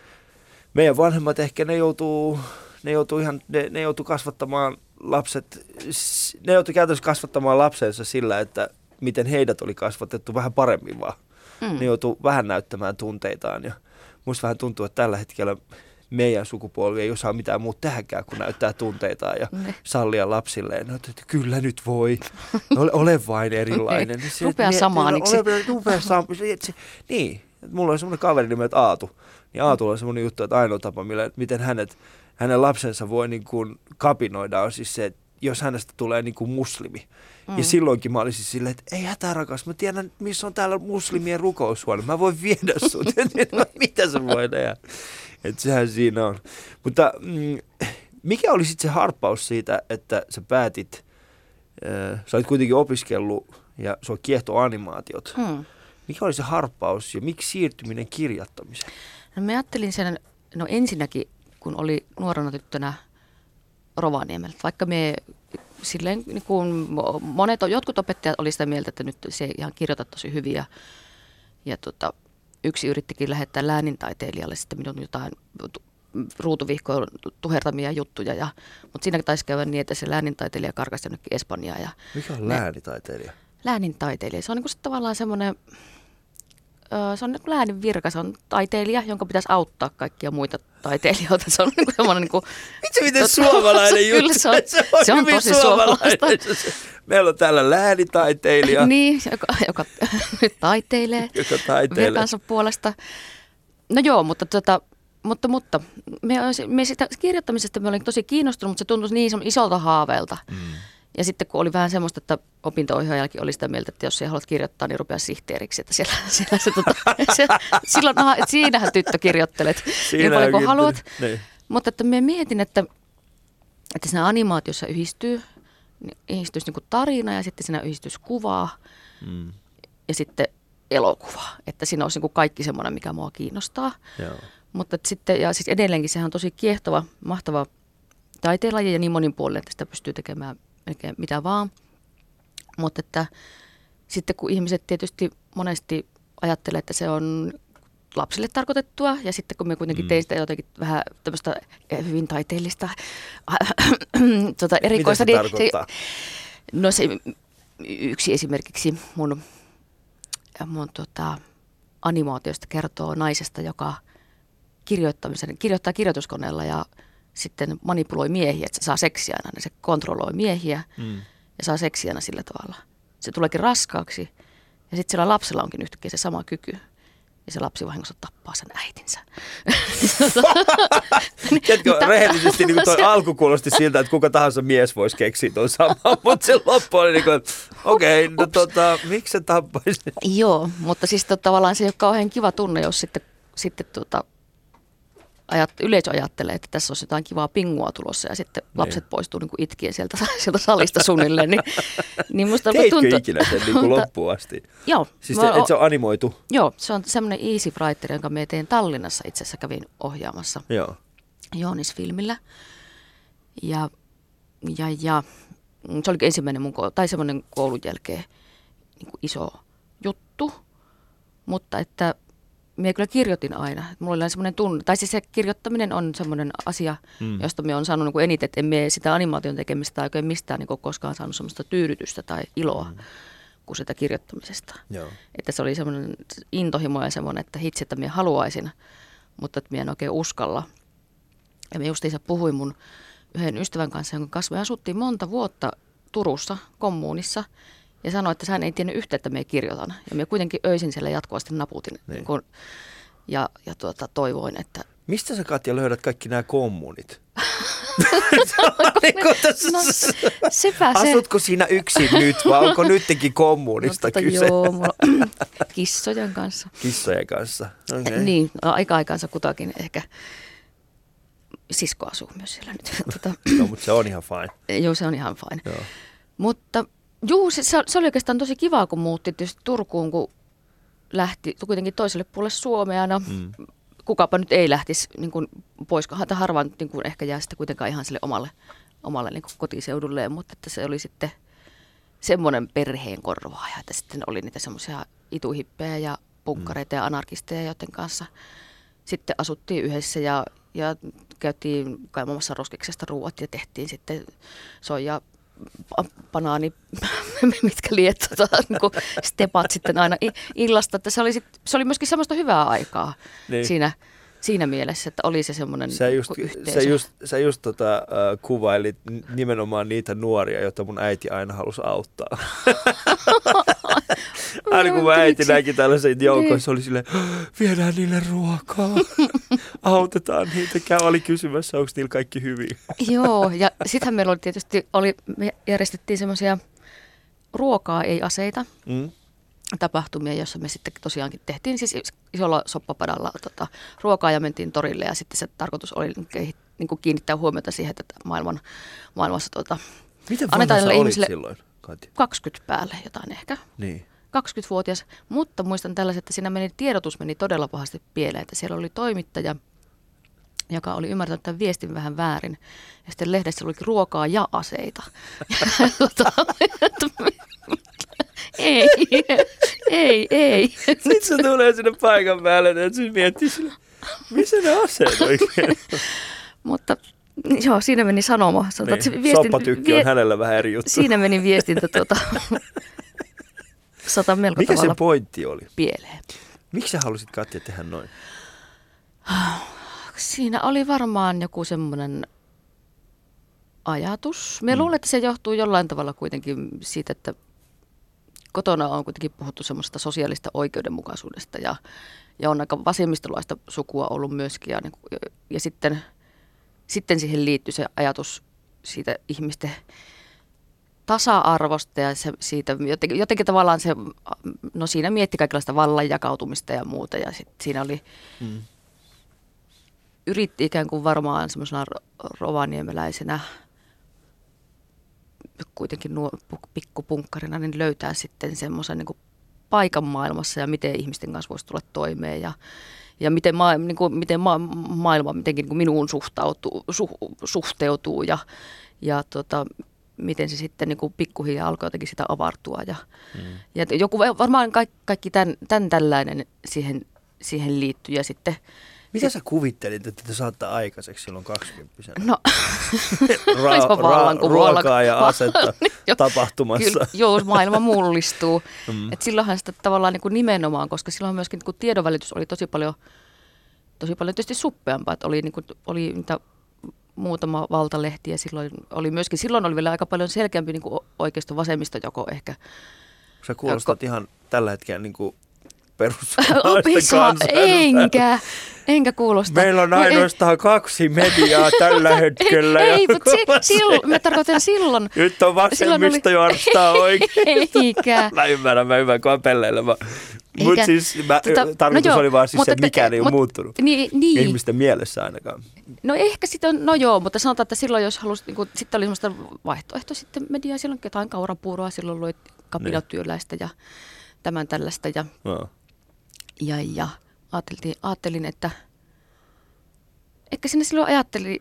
meidän vanhemmat ehkä ne joutuu, ne joutuu ihan, ne, ne joutuu kasvattamaan lapset, ne joutuu käytännössä kasvattamaan lapsensa sillä, että miten heidät oli kasvatettu vähän paremmin vaan. Mm. Ne joutuu vähän näyttämään tunteitaan ja musta vähän tuntuu, että tällä hetkellä meidän sukupolvi ei osaa mitään muuta tähänkään, kun näyttää tunteitaan ja ne. sallia lapsilleen. No, että kyllä nyt voi, ole, ole vain erilainen. Niin. Rupea samaaniksi. Rupea samaaniksi. Niin, mulla on semmoinen kaveri nimeltä Aatu. Niin Aatulla on semmoinen juttu, että ainoa tapa, millä, miten hänet, hänen lapsensa voi niin kuin kapinoida, on siis se, että jos hänestä tulee niin kuin muslimi. Mm. Ja silloinkin mä olisin silleen, että ei hätää rakas, mä tiedän, missä on täällä muslimien rukoushuone. Mä voin viedä sut. Mitä sä voi tehdä? Että sehän siinä on. Mutta mm, mikä oli sitten se harppaus siitä, että sä päätit, äh, sä olit kuitenkin opiskellut ja sua kiehtoi animaatiot. Mm. Mikä oli se harppaus ja miksi siirtyminen kirjoittamiseen? No mä ajattelin sen, no ensinnäkin kun oli nuorena tyttönä Rovaniemeltä, vaikka me silleen niin kuin monet, jotkut opettajat oli sitä mieltä, että nyt se ihan kirjoita tosi hyvin ja, ja tota, yksi yrittikin lähettää läänintaiteilijalle sitten minun jotain ruutuvihkoon tuhertamia juttuja, ja, mutta siinäkin taisi käydä niin, että se läänintaiteilija karkasi jonnekin Espanjaan. Ja mikä on läänintaiteilija? Läänintaiteilija, se on niin kuin tavallaan semmoinen, se on niin kuin läänin virka, se on taiteilija, jonka pitäisi auttaa kaikkia muita taiteilijoita. Se on niin kuin semmoinen... Niin kuin, itse miten tot, suomalainen juttu. Kyllä se on, se on, se on tosi suomalaista. Meillä on täällä läänintaiteilija. Niin, joka, joka taiteilee, joka taiteilee virkansa puolesta. No joo, mutta, tota, mutta, mutta me, me sitä kirjoittamisesta me olin tosi kiinnostunut, mutta se tuntui niin isolta haaveelta. Mm. Ja sitten kun oli vähän semmoista, että opinto-ohjaajakin oli sitä mieltä, että jos sä haluat kirjoittaa, niin rupea sihteeriksi. Että siellä, siellä se, tota, se, silloin, aha, että siinähän tyttö kirjoittelet niin paljon kuin haluat. Niin. Mutta että mä mietin, että, että siinä animaatiossa yhdistyy, yhdistyisi niin kuin tarina ja sitten siinä yhdistyisi kuvaa mm. ja sitten elokuva. Että siinä olisi niin kuin kaikki semmoinen, mikä mua kiinnostaa. Joo. Mutta sitten, ja siis edelleenkin sehän on tosi kiehtova, mahtava taiteenlaji ja niin monipuolinen, että sitä pystyy tekemään melkein mitä vaan. Mutta että sitten kun ihmiset tietysti monesti ajattelee, että se on lapsille tarkoitettua, ja sitten kun me kuitenkin mm. tein sitä jotenkin vähän tämmöistä hyvin taiteellista tuota, erikoista. Mitä se tarkoittaa? Se, no se yksi esimerkiksi mun, mun tota, animaatiosta kertoo naisesta, joka kirjoittamisen, kirjoittaa kirjoituskoneella ja sitten manipuloi miehiä, että se saa seksiä aina, niin se kontrolloi miehiä mm. ja saa seksiä aina sillä tavalla. Se tuleekin raskaaksi ja sitten sillä lapsella onkin yhtäkkiä se sama kyky ja se lapsi vahingossa tappaa sen äitinsä. Tiedätkö, rehellisesti niin toi alku kuulosti siltä, että kuka tahansa mies voisi keksiä tuon saman, mutta se loppu oli niin kuin, okei, okay, no tota, miksi se tappaisi? Joo, mutta siis to, tavallaan se ei ole kauhean kiva tunne, jos sitten, sitten tuota, ajat, yleisö ajattelee, että tässä olisi jotain kivaa pingua tulossa ja sitten niin. lapset poistuu niin kuin itkien sieltä, sieltä salista suunnilleen. Niin, niin musta Teitkö tuntuu, ikinä sen niin kuin loppuun asti? Joo. Siis te, et se on animoitu? Joo, se on semmoinen Easy Writer, jonka me tein Tallinnassa itse asiassa kävin ohjaamassa Joo. Joonis-filmillä. Ja, ja, ja se oli ensimmäinen mun, tai semmoinen koulun jälkeen niin kuin iso juttu, mutta että minä kyllä kirjoitin aina. Mulla oli semmoinen tunne, tai siis se kirjoittaminen on semmoinen asia, mm. josta minä olen saanut niin kuin eniten, että emme sitä animaation tekemistä oikein mistään niin kuin koskaan saanut semmoista tyydytystä tai iloa mm. kuin sitä kirjoittamisesta. Joo. Että se oli semmoinen intohimo ja semmoinen, että hitsi, että minä haluaisin, mutta että minä en oikein uskalla. Ja minä justiinsa puhuin mun yhden ystävän kanssa, jonka kanssa me asuttiin monta vuotta Turussa, kommunissa, ja sanoi, että hän ei tiennyt yhtä, että me kirjoitan. Ja me kuitenkin öisin siellä jatkuvasti naputin. Niin. Niin kun, ja ja tuota, toivoin, että... Mistä sä, Katja, löydät kaikki nämä kommunit? no, sepä se. Asutko siinä yksin nyt, vai onko nytkin kommunista no, tota, kyse? Joo, mulla kissojen kanssa. Kissojen kanssa, okei. Okay. Niin, aika-aikansa kutakin ehkä. Sisko asuu myös siellä nyt. Tota, no, mutta se on ihan fine. Joo, se on ihan fine. Joo. Mutta juu, se, se oli oikeastaan tosi kivaa, kun muutti tietysti Turkuun, kun lähti kuitenkin toiselle puolelle Suomea. No, mm. Kukapa nyt ei lähtisi niin kuin pois, tai harvaan niin kuin ehkä jää sitten kuitenkaan ihan sille omalle, omalle niin kuin kotiseudulleen, mutta että se oli sitten semmoinen perheen korvaaja, että sitten oli niitä semmoisia ituhippejä ja punkkareita mm. ja anarkisteja, joiden kanssa sitten asuttiin yhdessä ja, ja käytiin kaivamassa roskiksesta ruuat ja tehtiin sitten soija, banaani, mitkä liet, tota, niin stepat sitten aina illasta. Että se, oli sit, se oli myöskin semmoista hyvää aikaa niin. siinä, siinä mielessä, että oli se semmoinen sä just, yhteisö. Sä just, sä just tota, uh, kuvailit nimenomaan niitä nuoria, joita mun äiti aina halusi auttaa. Aina kun mun äiti näki tällaisen joukon, se oli silleen, viedään niille ruokaa, autetaan niitä, käy oli kysymässä, onko niillä kaikki hyvin. Joo, ja sittenhän meillä oli tietysti, oli, me järjestettiin semmoisia ruokaa, ei aseita, mm. tapahtumia, jossa me sitten tosiaankin tehtiin siis isolla soppapadalla tota, ruokaa ja mentiin torille ja sitten se tarkoitus oli niin kuin kiinnittää huomiota siihen, että maailman, maailmassa tota, miten vanha sä olit silloin, Katja? kaksikymmentä päälle jotain ehkä. Niin. kaksikymmentävuotias, mutta muistan tällaiset, että siinä meni, tiedotus meni todella pahasti pieleen, että siellä oli toimittaja, joka oli ymmärtänyt tämän viestin vähän väärin. Ja sitten lehdessä oli ruokaa ja aseita. ei, ei, ei. Sitten se tulee sinne paikan päälle, että se miettii sille, missä ne aseet oikein? Mutta joo, siinä meni sanoma. Niin, viestin, soppatykki on vie, hänellä vähän eri juttu. Siinä meni viestintä tuota, sata melko mikä tavalla se pointti oli? Pieleen. Miksi sä halusit, Katja, tehdä noin? Siinä oli varmaan joku semmoinen ajatus. Mä mm. luulen, että se johtuu jollain tavalla kuitenkin siitä, että kotona on kuitenkin puhuttu semmoista sosiaalista oikeudenmukaisuudesta ja, ja on aika vasemmistolaista sukua ollut myöskin. Ja, ja sitten, sitten siihen liittyy se ajatus siitä ihmisten tasa-arvosta ja se, siitä jotenkin, jotenkin tavallaan se, no siinä mietti kaikenlaista vallan jakautumista ja muuta ja sit siinä oli, mm. yritti ikään kuin varmaan semmoisena rovaniemeläisenä, kuitenkin nuo pikkupunkkarina, niin löytää sitten semmoisen niin kuin paikan maailmassa ja miten ihmisten kanssa voisi tulla toimeen ja, ja miten, ma, niin kuin, miten ma, maailma mitenkin niin kuin minuun suhtautuu, su, suhteutuu ja, ja tota, miten se sitten niin kuin pikkuhiljaa alkoi jotenkin sitä avartua. Ja, mm. ja joku varmaan kaikki, kaikki tämän, tämän tällainen siihen, siihen liittyy. Ja sitten, mitä sit, sä kuvittelit, että te saatte aikaiseksi silloin kaksikymppisenä? No, ra- ra- ruokaa ja asetta tapahtumassa. Kyllä, joo, maailma mullistuu. mm. Et silloinhan sitä tavallaan niin kuin nimenomaan, koska silloin myöskin niin kuin tiedonvälitys oli tosi paljon, tosi paljon tietysti suppeampaa. Että oli, niin kuin, oli niitä muutama valtalehti ja silloin oli myöskin, silloin oli vielä aika paljon selkeämpi niin kuin oikeisto vasemmisto joko ehkä. Sä kuulostat joko ihan tällä hetkellä niin kuin perussuomalaisten kanssa. Enkä, enkä kuulosta. Meillä on ainoastaan kaksi mediaa tällä hetkellä. Ei, ei mutta si, silloin, mä tarkoitan silloin. Nyt on vasemmisto jo arstaa oikein. Eikä. Mä ymmärrän, mä ymmärrän, kun on pelleillä. Mä, Mutta siis mä, tota, tarkoitus no joo, oli vaan siis se, että mikään ei ole muuttunut. Niin, niin. Ihmisten mielessä ainakaan. No ehkä sitten, no joo, mutta sanotaan, että silloin jos halusi, niin sitten oli semmoista vaihtoehtoa sitten mediaa, silloin jotain kaurapuuroa, silloin luit kapinatyöläistä ja tämän tällaista. Ja, no. ja, ja ajattelin, ajattelin, että ehkä sinne silloin ajattelin,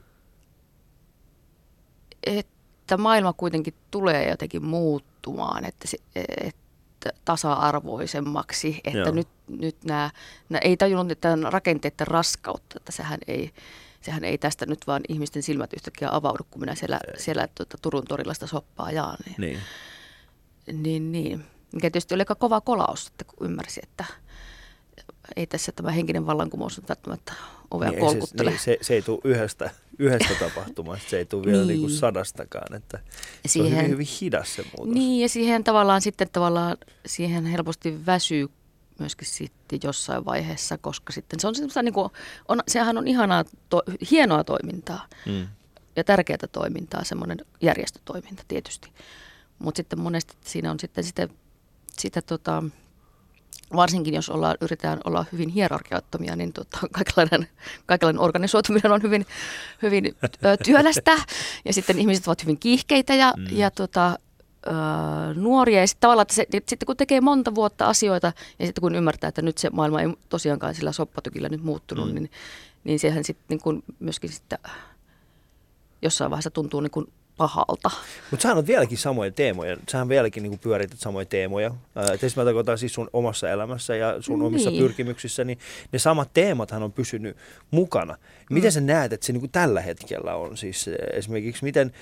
että maailma kuitenkin tulee jotenkin muuttumaan, että, se, että tasa-arvoisemmaksi, että Joo. nyt, nyt nämä, nämä ei tajunnut, että rakenteiden raskautta, että sehän ei, sehän ei tästä nyt vaan ihmisten silmät yhtäkkiä avaudu, kun minä siellä, siellä tuota, Turun torilla sitä soppaa jaan. Niin, niin. niin, niin. Mikä tietysti oli aika kova kolaus, että kun ymmärsi, että ei tässä tämä henkinen vallankumous nyt välttämättä ovea niin, kolkuttele. Se, niin, se, se ei tule yhdestä, yhdestä tapahtumasta, se ei tule vielä niin. Niin kuin sadastakaan, että se siihen, on hyvin, hyvin hidas se muutos. Niin, ja siihen tavallaan sitten tavallaan siihen helposti väsyy myöskin sitten jossain vaiheessa, koska sitten se on semmoista niin kuin, on, sehän on ihanaa, to, hienoa toimintaa mm. ja tärkeää toimintaa, semmoinen järjestötoiminta tietysti. Mutta sitten monesti siinä on sitten sitä, sitä tota, varsinkin jos ollaan, yritetään olla hyvin hierarkiattomia, niin tota, kaikenlainen, kaikenlainen organisoituminen on hyvin, hyvin ö, työlästä. Ja sitten ihmiset ovat hyvin kiihkeitä ja, mm. ja tota, ö, nuoria. Ja sitten tavallaan, että se, sitten kun tekee monta vuotta asioita ja sitten kun ymmärtää, että nyt se maailma ei tosiaankaan sillä soppatykillä nyt muuttunut, mm. niin, niin sehän sitten niin kuin myöskin sitten jossain vaiheessa tuntuu niin kuin pahalta. Mutta sähän on vieläkin samoja teemoja. Sähän vieläkin niinku pyörität samoja teemoja. Tietysti mä tarkoitan siis sun omassa elämässä ja sun niin. omissa pyrkimyksissä, niin ne samat teemathan on pysynyt mukana. Miten mm. sä näet, että se niinku tällä hetkellä on? Siis esimerkiksi miten,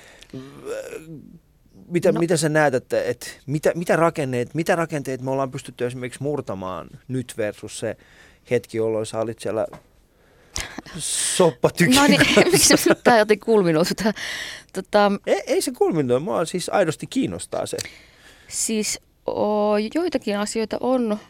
mitä, no. mitä sä näet, että, että mitä, mitä, rakenteet, mitä rakenteet me ollaan pystytty esimerkiksi murtamaan nyt versus se hetki, jolloin sä olit siellä soppatykin No niin, miksi tämä jotenkin kulminoitu? Tota, ei, ei se kulminoi, mua siis aidosti kiinnostaa se. Siis o, joitakin asioita on,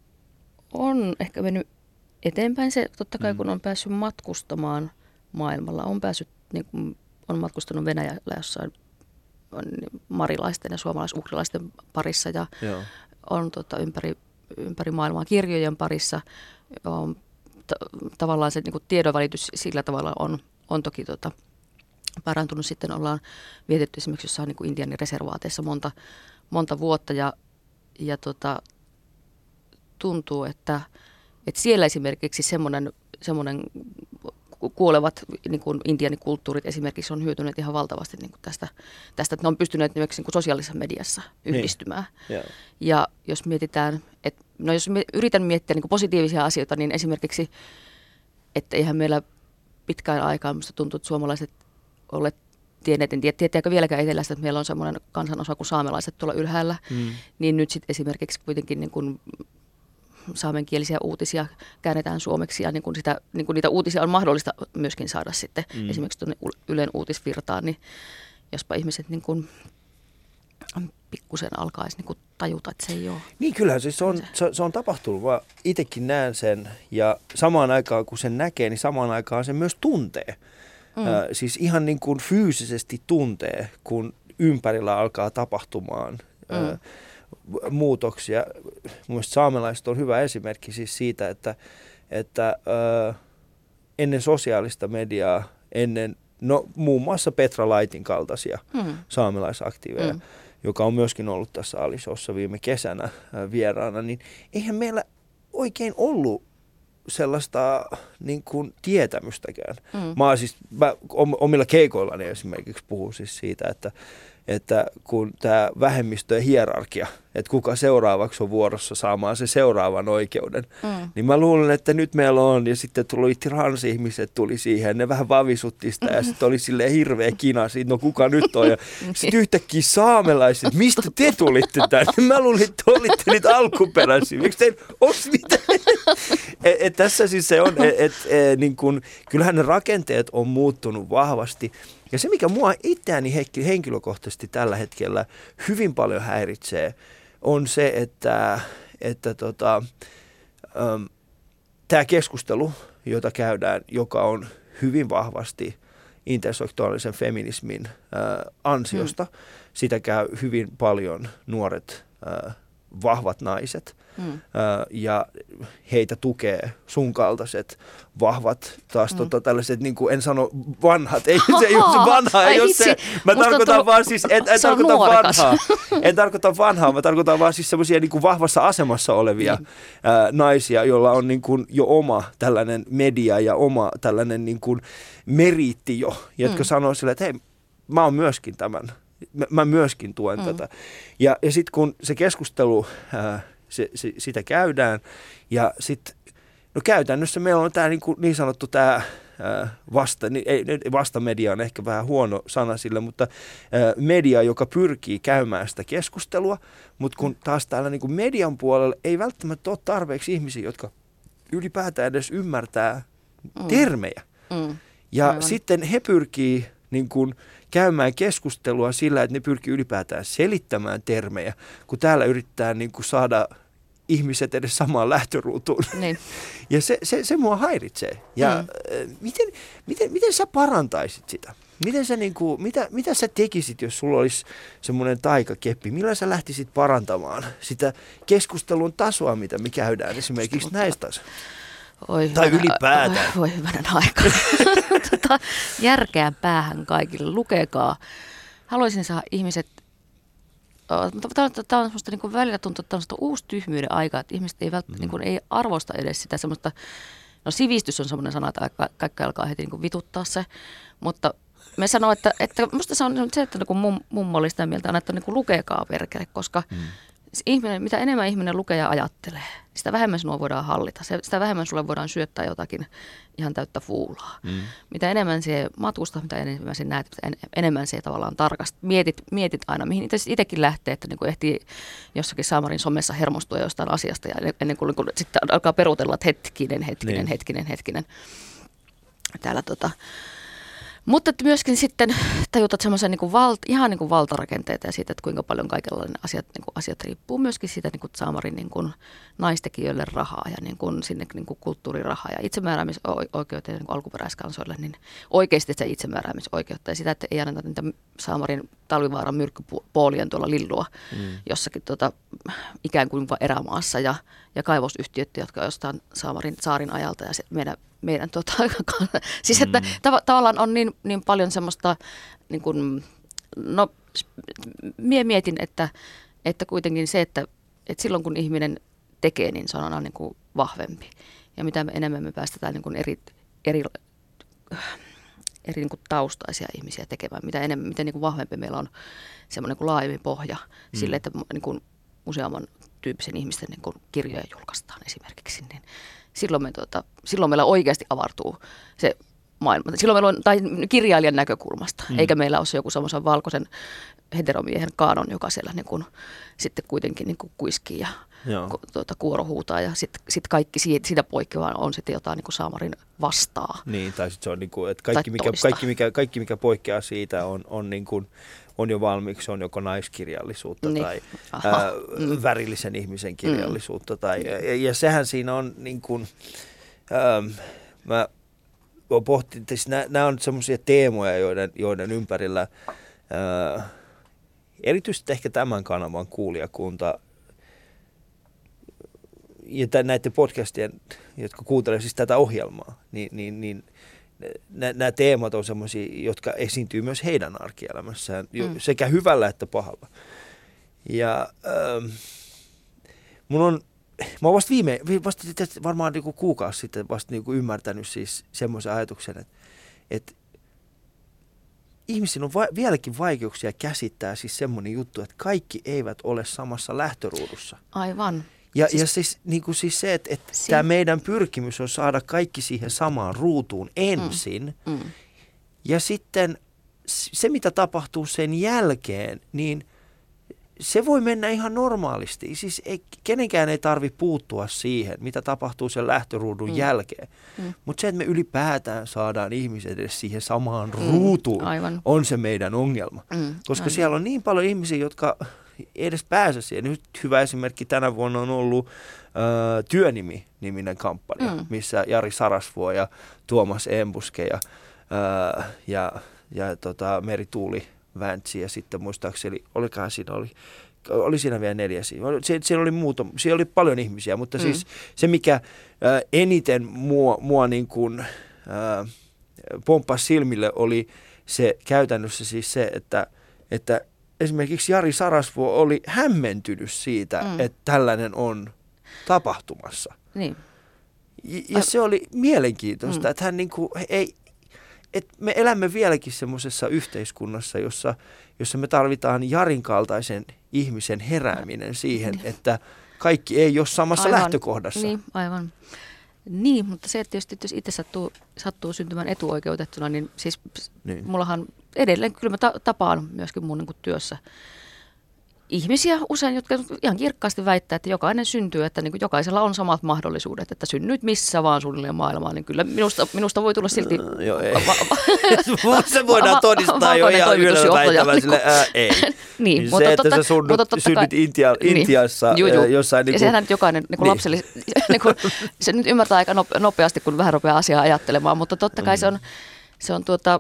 on ehkä mennyt eteenpäin. Se totta kai, mm. kun on päässyt matkustamaan maailmalla, on päässyt, niin kuin, on matkustanut Venäjällä jossain on marilaisten ja suomalais-ugrilaisten parissa ja Joo. on tota, ympäri, ympäri maailmaa kirjojen parissa. On, t- tavallaan se niin kuin tiedonvälitys sillä tavalla on, on toki tota, parantunut. Sitten ollaan vietetty esimerkiksi jossain niin kuin Intianin reservaateissa monta, monta vuotta ja, ja tota, tuntuu, että, että siellä esimerkiksi semmoinen, semmoinen kuolevat niin kuin intiaanikulttuurit esimerkiksi on hyötyneet ihan valtavasti niin kuin tästä, tästä, että ne on pystyneet niin kuin sosiaalisessa mediassa yhdistymään. Niin. Yeah. Ja jos mietitään, että, no jos yritän miettiä niin kuin positiivisia asioita, niin esimerkiksi, että eihän meillä pitkään aikaan minusta tuntuu, että suomalaiset olleet tienneet, en tiedä, tietääkö vieläkään etelästä, että meillä on semmoinen kansanosa kuin saamelaiset tuolla ylhäällä, mm. niin nyt sitten esimerkiksi kuitenkin niin kuin saamenkielisiä uutisia käännetään suomeksi ja niin kuin sitä, niin kuin niitä uutisia on mahdollista myöskin saada sitten mm. esimerkiksi tuonne Ylen uutisvirtaan, niin jospa ihmiset niin kuin pikkusen alkaisi niin kuin tajuta, että se ei ole. Niin kyllähän siis se on, se, se on tapahtunut, vaan itsekin näen sen ja samaan aikaan kun sen näkee, niin samaan aikaan sen myös tuntee. Mm. Äh, siis ihan niin kuin fyysisesti tuntee, kun ympärillä alkaa tapahtumaan mm. äh, muutoksia. Mielestäni saamelaiset on hyvä esimerkki siis siitä, että, että äh, ennen sosiaalista mediaa, ennen no, muun muassa Petra Laitin kaltaisia mm. saamelaisaktiiveja, mm. joka on myöskin ollut tässä Ali-showssa viime kesänä äh, vieraana, niin eihän meillä oikein ollut sellaista niin kuin tietämystäkään. Mm. Mä, siis, mä omilla keikoillani esimerkiksi puhun siis siitä, että, että kun tämä vähemmistöjen hierarkia, että kuka seuraavaksi on vuorossa saamaan se seuraavan oikeuden, mm. niin mä luulen, että nyt meillä on, ja sitten tuli transihmiset tuli siihen, ne vähän vavisutti sitä, ja sitten oli silleen hirveä kina siitä, no kuka nyt on, ja sitten yhtäkkiä saamelaiset, mistä te tulitte tänne? Mä luulin, että olitte niitä alkuperäisiä, miksi teillä olisi mitään? Et, et tässä siis se on, että et, et, niin kun, kyllähän ne rakenteet on muuttunut vahvasti. Ja se, mikä mua itseäni henkilökohtaisesti tällä hetkellä hyvin paljon häiritsee, on se, että, että tota, äm, tämä keskustelu, jota käydään, joka on hyvin vahvasti interseksuaalisen feminismin ää, ansiosta, hmm. sitä käy hyvin paljon nuoret ää, vahvat naiset mm. ö, ja heitä tukee sun kaltaiset vahvat, taas mm. tota, tällaiset, niin kuin en sano vanhat, ei se, ei se vanha, ei ole se. Mä tarkoitan tullut, vaan siis, en, en tarkoita vanhaa, en tarkoita vanhaa, mä tarkoitan vaan siis semmoisia niin kuin vahvassa asemassa olevia mm. ä, naisia, joilla on niin kuin jo oma tällainen media ja oma tällainen niin kuin meriitti jo, jotka mm. sanoo sille, että hei, mä oon myöskin tämän. Mä myöskin tuen mm. tätä. Ja, ja sitten kun se keskustelu, ää, se, se, sitä käydään, ja sitten, no käytännössä meillä on tämä niin, niin sanottu tämä vasta, ei, vastamedia on ehkä vähän huono sana sille, mutta ää, media, joka pyrkii käymään sitä keskustelua, mutta kun taas täällä niin kuin median puolella ei välttämättä ole tarpeeksi ihmisiä, jotka ylipäätään edes ymmärtää mm. termejä. Mm. Ja Aivan. sitten he pyrkii niin kuin käymään keskustelua sillä, että ne pyrkii ylipäätään selittämään termejä, kun täällä yrittää niin kuin saada ihmiset edes samaan lähtöruutuun. Niin. Ja se, se, se mua häiritsee. Ja mm. miten, miten, miten sä parantaisit sitä? Miten sä, niin kuin, mitä, mitä sä tekisit, jos sulla olisi semmoinen taikakeppi? Millä sä lähtisit parantamaan sitä keskustelun tasoa, mitä me käydään esimerkiksi näistä asioista? Oi, tai hyvänä, ylipäätään. Voi hyvänen aika. tota, järkeä päähän kaikille. Lukekaa. Haluaisin saada ihmiset, tämä on semmoista niin kuin välillä tuntuu, että tämä on semmoista uusi tyhmyyden aika, että ihmiset ei, vält, mm. niin kuin, ei arvosta edes sitä semmoista, no sivistys on semmoinen sana, että kaikki alkaa heti niin kuin vituttaa se, mutta me sanoo, että, että musta se on se, että kun mum, mummo oli sitä mieltä, että niin kuin lukekaa perkele, koska mm. ihminen, mitä enemmän ihminen lukee ja ajattelee, sitä vähemmän sinua voidaan hallita. Sitä vähemmän sulle voidaan syöttää jotakin ihan täyttä fuulaa. Mm. Mitä enemmän se matkustaa, mitä enemmän se näet, mitä enemmän se tavallaan tarkasti mietit, mietit aina, mihin itse itsekin lähtee, että niin kuin ehtii jossakin Saamarin somessa hermostua jostain asiasta ja ennen kuin, kuin sitten alkaa perutella, että hetkinen, hetkinen, niin. hetkinen, hetkinen. Täällä tota... Mutta myöskin sitten tajutat semmoisen niin kuin val, ihan niin kuin valtarakenteita ja siitä, että kuinka paljon kaikenlainen asiat, niin kuin asiat riippuu myöskin siitä niin kuin Saamarin niin kuin naistekijöille rahaa ja niin kuin sinne niin kuin kulttuurirahaa ja itsemääräämisoikeuteen niin kuin alkuperäiskansoille, niin oikeasti se itsemääräämisoikeutta ja sitä, että ei anneta niitä Saamarin talvivaaran myrkkypoolien tuolla lillua mm. jossakin tota, ikään kuin erämaassa ja, ja kaivosyhtiöt, jotka on jostain Saamarin saarin ajalta ja se meidän meidän tuota, siis että mm. tav- tavallaan on niin, niin paljon semmoista, niin kuin, no mie mietin, että, että kuitenkin se, että, että silloin kun ihminen tekee, niin se on aina niin kuin vahvempi. Ja mitä enemmän me päästetään niin kuin eri, eri, eri niin kuin taustaisia ihmisiä tekemään, mitä enemmän, miten niin kuin vahvempi meillä on semmoinen niin laajempi pohja mm. sille, että niin kuin useamman tyyppisen ihmisten niin kuin kirjoja julkaistaan esimerkiksi, niin Silloin, me, tuota, silloin meillä oikeasti avartuu se maailma. Silloin meillä on, tai kirjailijan näkökulmasta, mm. eikä meillä ole se joku semmoisen valkoisen heteromiehen kaanon, joka siellä niin kuin, sitten kuitenkin niin kuin kuiskii ja ku, tuota, kuoro huutaa. Ja sitten sit kaikki siitä, siitä poikkeavaa on sitten jotain niin kuin Saamarin vastaa. Niin, tai sitten se on niin kuin, että kaikki mikä, kaikki, mikä, kaikki mikä poikkeaa siitä on, on niin kuin on jo valmiiksi, on joko naiskirjallisuutta niin. tai ää, mm. värillisen ihmisen kirjallisuutta. Mm. Tai, ja, ja sehän siinä on, niin kuin, ähm, mä pohtin, että nämä on semmoisia teemoja, joiden, joiden ympärillä ää, erityisesti ehkä tämän kanavan kuulijakunta ja tämän, näiden podcastien, jotka kuuntelevat siis tätä ohjelmaa, niin, niin, niin nämä teemat on semmoisia, jotka esiintyy myös heidän arkielämässään, mm. sekä hyvällä että pahalla. Ja ähm, mun on, mä oon vasta viime, vasta varmaan niinku kuukausi sitten vasta niinku ymmärtänyt siis semmoisen ajatuksen, että, että ihmisillä on va- vieläkin vaikeuksia käsittää siis semmoinen juttu, että kaikki eivät ole samassa lähtöruudussa. Aivan. Ja, siis, ja siis, niin kuin siis se, että, että si- tämä meidän pyrkimys on saada kaikki siihen samaan ruutuun ensin. Mm. Mm. Ja sitten se, mitä tapahtuu sen jälkeen, niin se voi mennä ihan normaalisti. Siis ei, kenenkään ei tarvitse puuttua siihen, mitä tapahtuu sen lähtöruudun mm. jälkeen. Mm. Mutta se, että me ylipäätään saadaan ihmiset edes siihen samaan mm. ruutuun, Aivan. on se meidän ongelma. Mm. Koska Aivan. siellä on niin paljon ihmisiä, jotka ei edes pääse siihen. Nyt hyvä esimerkki tänä vuonna on ollut äh, Työnimi-niminen kampanja, mm. missä Jari Sarasvuo ja Tuomas Embuske ja, äh, ja, ja tota, Meri Tuuli Väntsi ja sitten muistaakseni, olikohan siinä oli, oli siinä vielä neljä siinä. Siellä oli, muuta, siellä oli paljon ihmisiä, mutta mm. siis se mikä äh, eniten mua, mua niin kuin, äh, pomppasi silmille oli se käytännössä siis se, että, että esimerkiksi Jari Sarasvuo oli hämmentynyt siitä, mm. että tällainen on tapahtumassa. Niin. Ja, ja se oli mielenkiintoista, mm. että hän niin kuin, ei, että me elämme vieläkin semmoisessa yhteiskunnassa, jossa, jossa me tarvitaan Jarin kaltaisen ihmisen herääminen siihen, että kaikki ei ole samassa aivan. lähtökohdassa. Niin, aivan. Niin, mutta se, että tietysti jos itse sattuu, sattuu syntymään etuoikeutettuna, niin siis niin. mullahan edelleen kyllä mä ta- tapaan myöskin mun niin kuin työssä ihmisiä usein, jotka ihan kirkkaasti väittää, että jokainen syntyy, että niin kuin jokaisella on samat mahdollisuudet, että synnyit missä vaan suunnilleen maailmaan, niin kyllä minusta, minusta voi tulla silti... No, joo, ei. Va- va- se voidaan todistaa jo ihan yhdellä väittämällä sille, ää, ei. niin, niin mutta se, totta, että sä mutta synnyt Intia, niin, Intiassa juu, juu. jossain... Niin kuin, ja sehän nyt jokainen niin kuin niin. lapsellisesti, niin kuin, se nyt ymmärtää aika nopeasti, kun vähän rupeaa asiaa ajattelemaan, mutta totta kai mm. se on, se on tuota...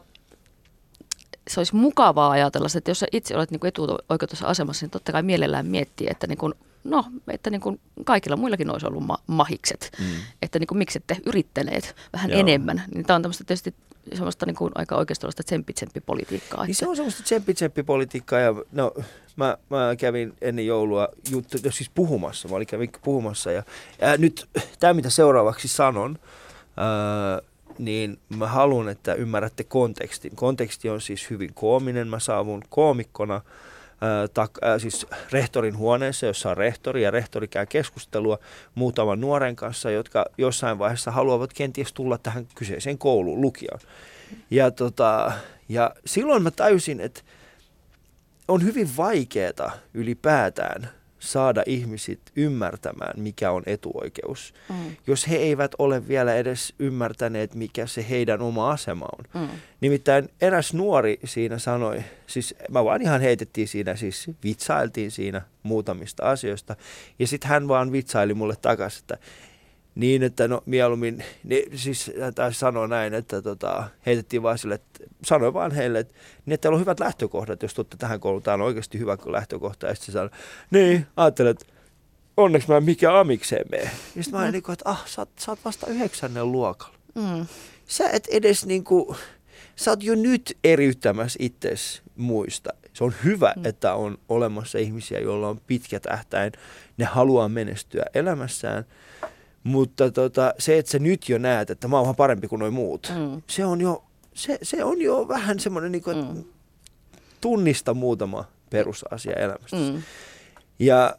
Se olisi mukavaa ajatella, että jos sä itse olet niin etuoikeutussa asemassa, niin totta kai mielellään miettii, että, niin kuin, no, että niin kuin kaikilla muillakin olisi ollut ma- mahikset. Mm. Että niin kuin, miksi ette yrittäneet vähän Joo. enemmän. Niin tämä on tämmöistä tietysti semmoista niin kuin aika oikeastaan tsemppi-tsemppi-politiikkaa. Niin se on semmoista tsemppi-tsemppi-politiikkaa. Ja no, mä, mä kävin ennen joulua juttu, siis puhumassa. Mä olin kävin puhumassa. Ja, ja nyt tämä, mitä seuraavaksi sanon, ää, niin mä haluan, että ymmärrätte kontekstin. Konteksti on siis hyvin koominen. Mä saavun koomikkona ää, tak, ää, siis rehtorin huoneessa, jossa on rehtori, ja rehtori käy keskustelua muutaman nuoren kanssa, jotka jossain vaiheessa haluavat kenties tulla tähän kyseiseen kouluun lukioon. Ja, tota, ja silloin mä tajusin, että on hyvin vaikeaa ylipäätään saada ihmiset ymmärtämään, mikä on etuoikeus, mm. jos he eivät ole vielä edes ymmärtäneet, mikä se heidän oma asema on. Mm. Nimittäin eräs nuori siinä sanoi, siis mä vaan ihan heitettiin siinä, siis vitsailtiin siinä muutamista asioista, ja sitten hän vaan vitsaili mulle takaisin, että niin, että no mieluummin, niin, siis taisi sanoa näin, että tota, heitettiin vaan sille, että sanoi vaan heille, että, niin, että teillä on hyvät lähtökohdat, jos tuutte tähän kouluun, tämä on oikeasti hyvä lähtökohta. Ja sitten se sanoi, niin, ajattelin, että onneksi mä en mikään amikseen mene. Ja sitten mä olin, mm. että ah, sä oot, sä oot vasta yhdeksännen luokalla. Mm. Sä et edes niin kuin, sä oot jo nyt eriyttämässä itsesi muista. Se on hyvä, mm. että on olemassa ihmisiä, joilla on pitkä tähtäin, ne haluaa menestyä elämässään. Mutta tota, se, että sä nyt jo näet, että mä oon vähän parempi kuin noi muut, mm. se, on jo, se, se on jo vähän semmoinen, niin kuin, että mm. tunnista muutama perusasia elämästä. Mm. Ja,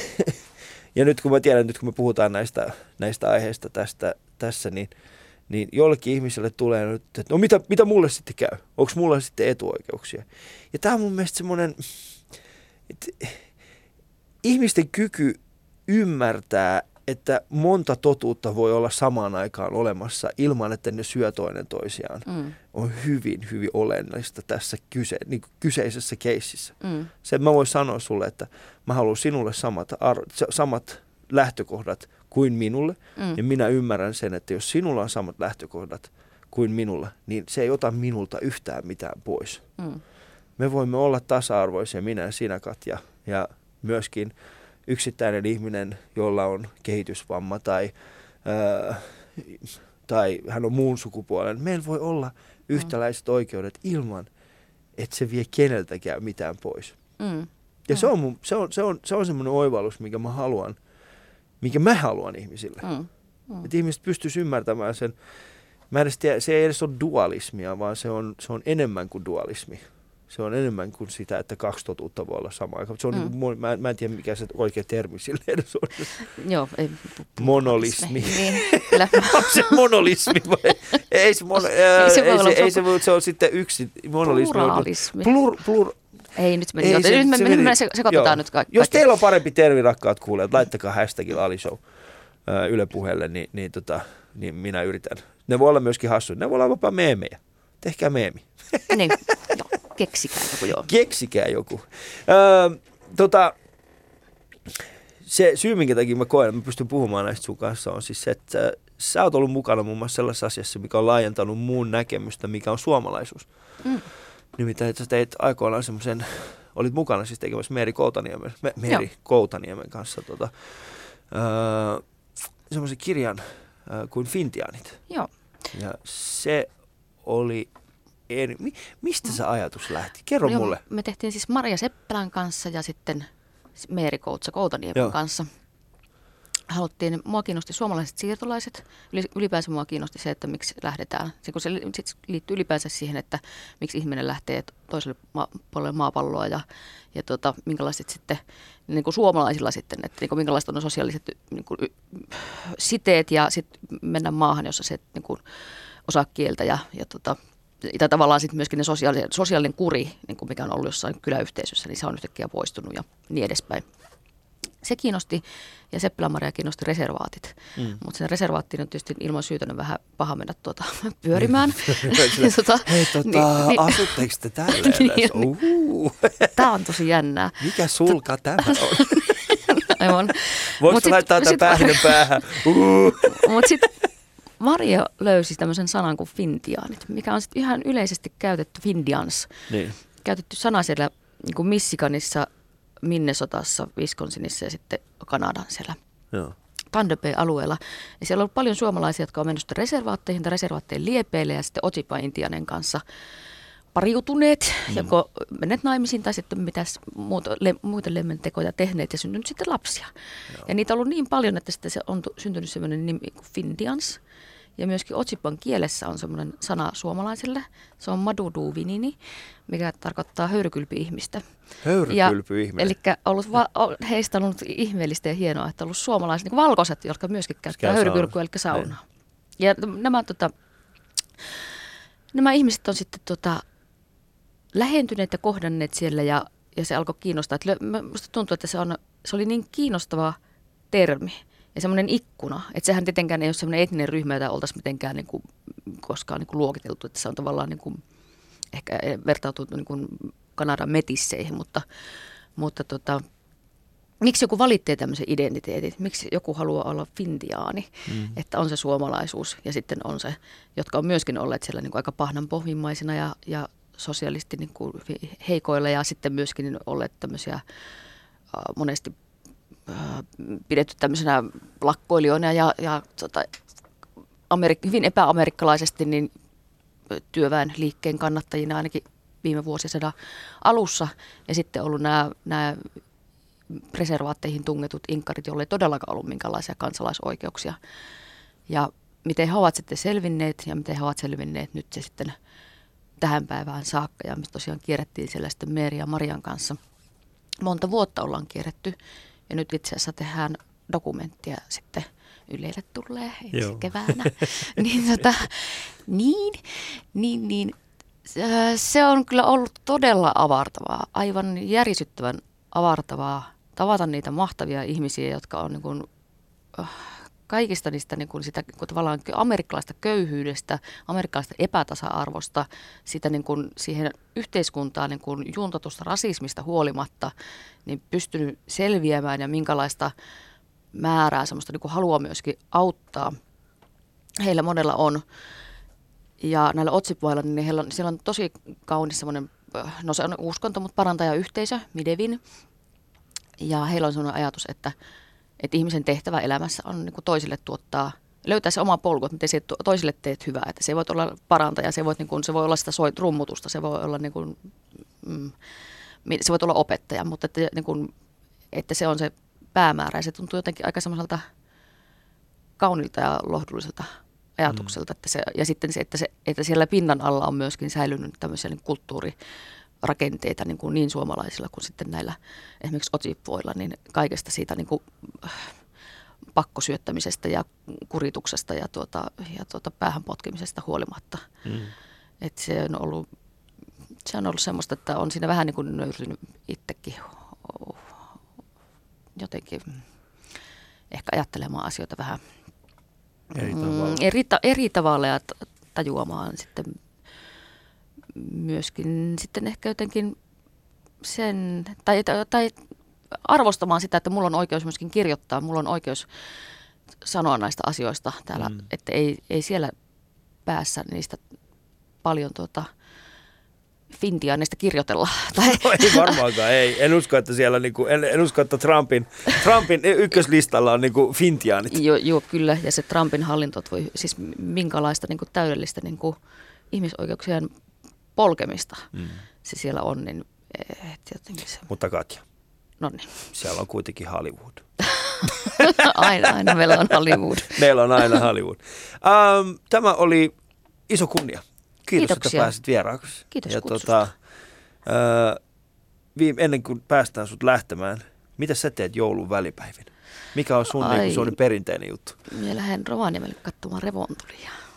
ja nyt kun mä tiedän, nyt kun me puhutaan näistä, näistä aiheista tästä, tässä, niin, niin jollekin ihmiselle tulee nyt, että no mitä, mitä mulle sitten käy? Onko mulle sitten etuoikeuksia? Ja tää on mun mielestä semmoinen, että ihmisten kyky ymmärtää, että monta totuutta voi olla samaan aikaan olemassa ilman, että ne syö toinen toisiaan, mm. on hyvin, hyvin olennaista tässä kyse, niin kyseisessä keississä. Mm. Se mä voin sanoa sulle, että mä haluan sinulle samat, ar- samat lähtökohdat kuin minulle, mm. ja minä ymmärrän sen, että jos sinulla on samat lähtökohdat kuin minulla, niin se ei ota minulta yhtään mitään pois. Mm. Me voimme olla tasa-arvoisia, minä ja sinä, Katja, ja myöskin yksittäinen ihminen, jolla on kehitysvamma tai, ää, tai hän on muun sukupuolen. Meillä voi olla yhtäläiset oikeudet ilman, että se vie keneltäkään mitään pois. Mm. Ja mm. se on, mun, se on, se on, se on semmoinen oivallus, minkä mä haluan, minkä mä haluan ihmisille. Mm. Mm. Että ihmiset pystyisivät ymmärtämään sen. Mä edes tiedä, se ei edes ole dualismia, vaan se on, se on enemmän kuin dualismi. Se on enemmän kuin sitä, että kaksi totuutta voi olla samaan aikaan. Se on mm. niin, mä, mä en tiedä, mikä se oikea termi sille edes on. Joo, ei. Monolismi. Niin, on se monolismi vai? Ei se, mono, ää, ei se, ei se, ei se, se, se on sitten yksi. Monolismi. Pluralismi. Plur, plur, ei, nyt meni. Ei, se, nyt me, se, me, me sekoitetaan nyt kaikki. Jos teillä on parempi termi, rakkaat kuulijat, laittakaa hashtagilla Ali Show ää, Yle Puheelle, niin, niin, tota, niin minä yritän. Ne voi olla myöskin hassuja. Ne voi olla vapaa meemejä. Tehkää meemi. Niin, joo. Keksikää joku, joo. Keksikää joku. Öö, tota, se syy, minkä takia mä koen, että mä pystyn puhumaan näistä sun kanssa, on siis se, että sä oot ollut mukana muun muassa sellaisessa asiassa, mikä on laajentanut mun näkemystä, mikä on suomalaisuus. Mm. Nimittäin, että sä teit aikoinaan semmoisen, olit mukana siis tekemässä Meeri Koutaniemen, Me, Meeri Koutaniemen kanssa tota, öö, semmoisen kirjan öö, kuin Fintiaanit. Joo. Ja se oli, eri, mi, mistä se ajatus lähti? Kerro no mulle. Joo, me tehtiin siis Maria Seppälän kanssa ja sitten Meeri Koutsa Koutaniemen Joo. kanssa. Haluttiin, mua kiinnosti suomalaiset siirtolaiset, ylipäänsä mua kiinnosti se, että miksi lähdetään, se, kun se sit liittyy ylipäänsä siihen, että miksi ihminen lähtee toiselle ma- puolelle maapalloa ja, ja tota, minkälaiset sitten niin kuin suomalaisilla sitten, että niin kuin minkälaiset on ne sosiaaliset niin kuin, siteet ja sitten mennä maahan, jossa se niin kuin, osaa kieltä ja, ja tota, tai tavallaan sitten myöskin ne sosiaalinen, sosiaalinen kuri, niin kuin mikä on ollut jossain kyläyhteisössä, niin se on yhtäkkiä poistunut ja niin edespäin. Se kiinnosti ja Seppälä-Maria kiinnosti reservaatit, mm. mutta sen reservaattiin on tietysti ilman syytä vähän paha mennä tuota, pyörimään. tota, Hei, tota, niin, niin, asutteko te tälleen? Niin, uhuh. Tämä on tosi jännää. Mikä sulka T- tämä on? Aivan. Voiko sit, laittaa tämän pähden päähän? Uhuh. Mutta sitten Maria löysi tämmöisen sanan kuin fintiaanit, mikä on sitten ihan yleisesti käytetty, findians, niin. käytetty sana siellä niin kuin Michiganissa, Minnesotassa, Wisconsinissa ja sitten Kanadan siellä Joo. Thunder Bay-alueella. Ja siellä on ollut paljon suomalaisia, jotka on mennyt sitten reservaatteihin tai reservaatteen liepeille ja sitten Otsipa-intianen kanssa pariutuneet, mm. joko menneet naimisiin tai sitten mitäs muuta, le, muita lemmentekoja tehneet ja syntynyt sitten lapsia. Joo. Ja niitä on ollut niin paljon, että sitten se on syntynyt sellainen nimi kuin findians. Ja myöskin Otsipan kielessä on semmoinen sana suomalaiselle. Se on maduduvinini, mikä tarkoittaa höyrykylpy-ihmistä. Höyrykylpy-ihminen. Eli ollut va- heistä on ollut ihmeellistä ja hienoa, että on ollut suomalaiset niin valkoiset, jotka myöskin käyttää höyrykylpyä, eli saunaa. Ja nämä, tota, nämä ihmiset on sitten tota, lähentyneet ja kohdanneet siellä ja, ja se alkoi kiinnostaa. Minusta tuntuu, että se, on, se oli niin kiinnostava termi. Ja semmoinen ikkuna, että sehän tietenkään ei ole semmoinen etninen ryhmä, jota oltaisiin mitenkään niin kuin, koskaan niin kuin luokiteltu, että se on tavallaan niin kuin, ehkä vertautunut niin kuin Kanadan metisseihin, mutta, mutta tota, miksi joku valitsee tämmöisen identiteetin, miksi joku haluaa olla fintiaani, mm. että on se suomalaisuus ja sitten on se, jotka on myöskin olleet siellä niin kuin aika pahnanpohjimmaisina ja, ja sosiaalisesti niin kuin heikoilla ja sitten myöskin olleet tämmöisiä äh, monesti pidetty tämmöisenä lakkoilijoina ja, ja tota, Amerik- hyvin epäamerikkalaisesti niin työväen liikkeen kannattajina ainakin viime vuosisadan alussa. Ja sitten ollut nämä, nämä reservaatteihin tungetut inkkarit, joilla ei todellakaan ollut minkälaisia kansalaisoikeuksia. Ja miten he ovat sitten selvinneet ja miten he ovat selvinneet nyt se sitten tähän päivään saakka. Ja me tosiaan kierrettiin siellä sitten Meeri ja Marian kanssa. Monta vuotta ollaan kierretty. Ja nyt itse asiassa tehdään dokumenttia sitten Ylelle tulee ensi keväänä. niin, tota, niin, niin, niin, se on kyllä ollut todella avartavaa, aivan järisyttävän avartavaa tavata niitä mahtavia ihmisiä, jotka on niin kuin, kaikista niistä niin kuin sitä niin kuin tavallaan amerikkalaista köyhyydestä, amerikkalaista epätasa-arvosta, sitä niin kuin siihen yhteiskuntaan niin kuin juuntatusta rasismista huolimatta, niin pystynyt selviämään ja minkälaista määrää semmoista niin kuin halua myöskin auttaa heillä monella on. Ja näillä otsipoilla, niin heillä on, siellä on tosi kaunis semmoinen, no se on uskonto, mutta parantajayhteisö, Midevin. Ja heillä on semmoinen ajatus, että Että ihmisen tehtävä elämässä on niin kuin toisille tuottaa, löytää se oma polku, että miten se toisille teet hyvää. Että se voi olla parantaja, se voi, niin kuin, se voi olla sitä soit, rummutusta, se voi olla, niin kuin, mm, se voi olla opettaja, mutta että, niin kuin, että se on se päämäärä. Ja se tuntuu jotenkin aika semmoiselta kaunilta ja lohdulliselta ajatukselta. Mm. Että se, ja sitten se että, se, että siellä pinnan alla on myöskin säilynyt tämmöisiä niin kulttuurirakenteita niin, kuin niin suomalaisilla kuin sitten näillä esimerkiksi otsipoilla, niin kaikesta siitä niin kuin pakkosyöttämisestä ja kurituksesta ja, tuota, ja tuota päähän potkimisesta huolimatta. Mm. Että se on ollut, se on ollut semmoista, että on siinä vähän niin kuin nöyrynyt itsekin jotenkin ehkä ajattelemaan asioita vähän eri tavalla, eri, ta- eri tavalla ja tajuamaan sitten myöskin sitten ehkä jotenkin sen, tai, tai arvostamaan sitä, että mulla on oikeus myöskin kirjoittaa, mulla on oikeus sanoa näistä asioista täällä, mm. että ei, ei siellä päässä niistä paljon tuota, Fintiaanista kirjoitella. Tai... No, ei varmaankaan, ei. En usko, että siellä, niinku, en, en usko, että Trumpin, Trumpin ykköslistalla on niinku fintiaanit. Joo, joo, kyllä. Ja se Trumpin hallinto voi, siis minkälaista niinku täydellistä niinku ihmisoikeuksien polkemista mm. se siellä on, niin se... Mutta Katja, Noniin. Siellä on kuitenkin Hollywood. aina, aina meillä on Hollywood. Meillä on aina Hollywood. Um, tämä oli iso kunnia. Kiitos, Kiitoksia. että pääsit vieraaksi. Kiitos ja kutsusta. Tota, uh, viime, ennen kuin päästään sut lähtemään, mitä sä teet joulun välipäivin? Mikä on sun niin, sun perinteinen juttu? Minä lähden Rovaniemelle katsomaan revontulia.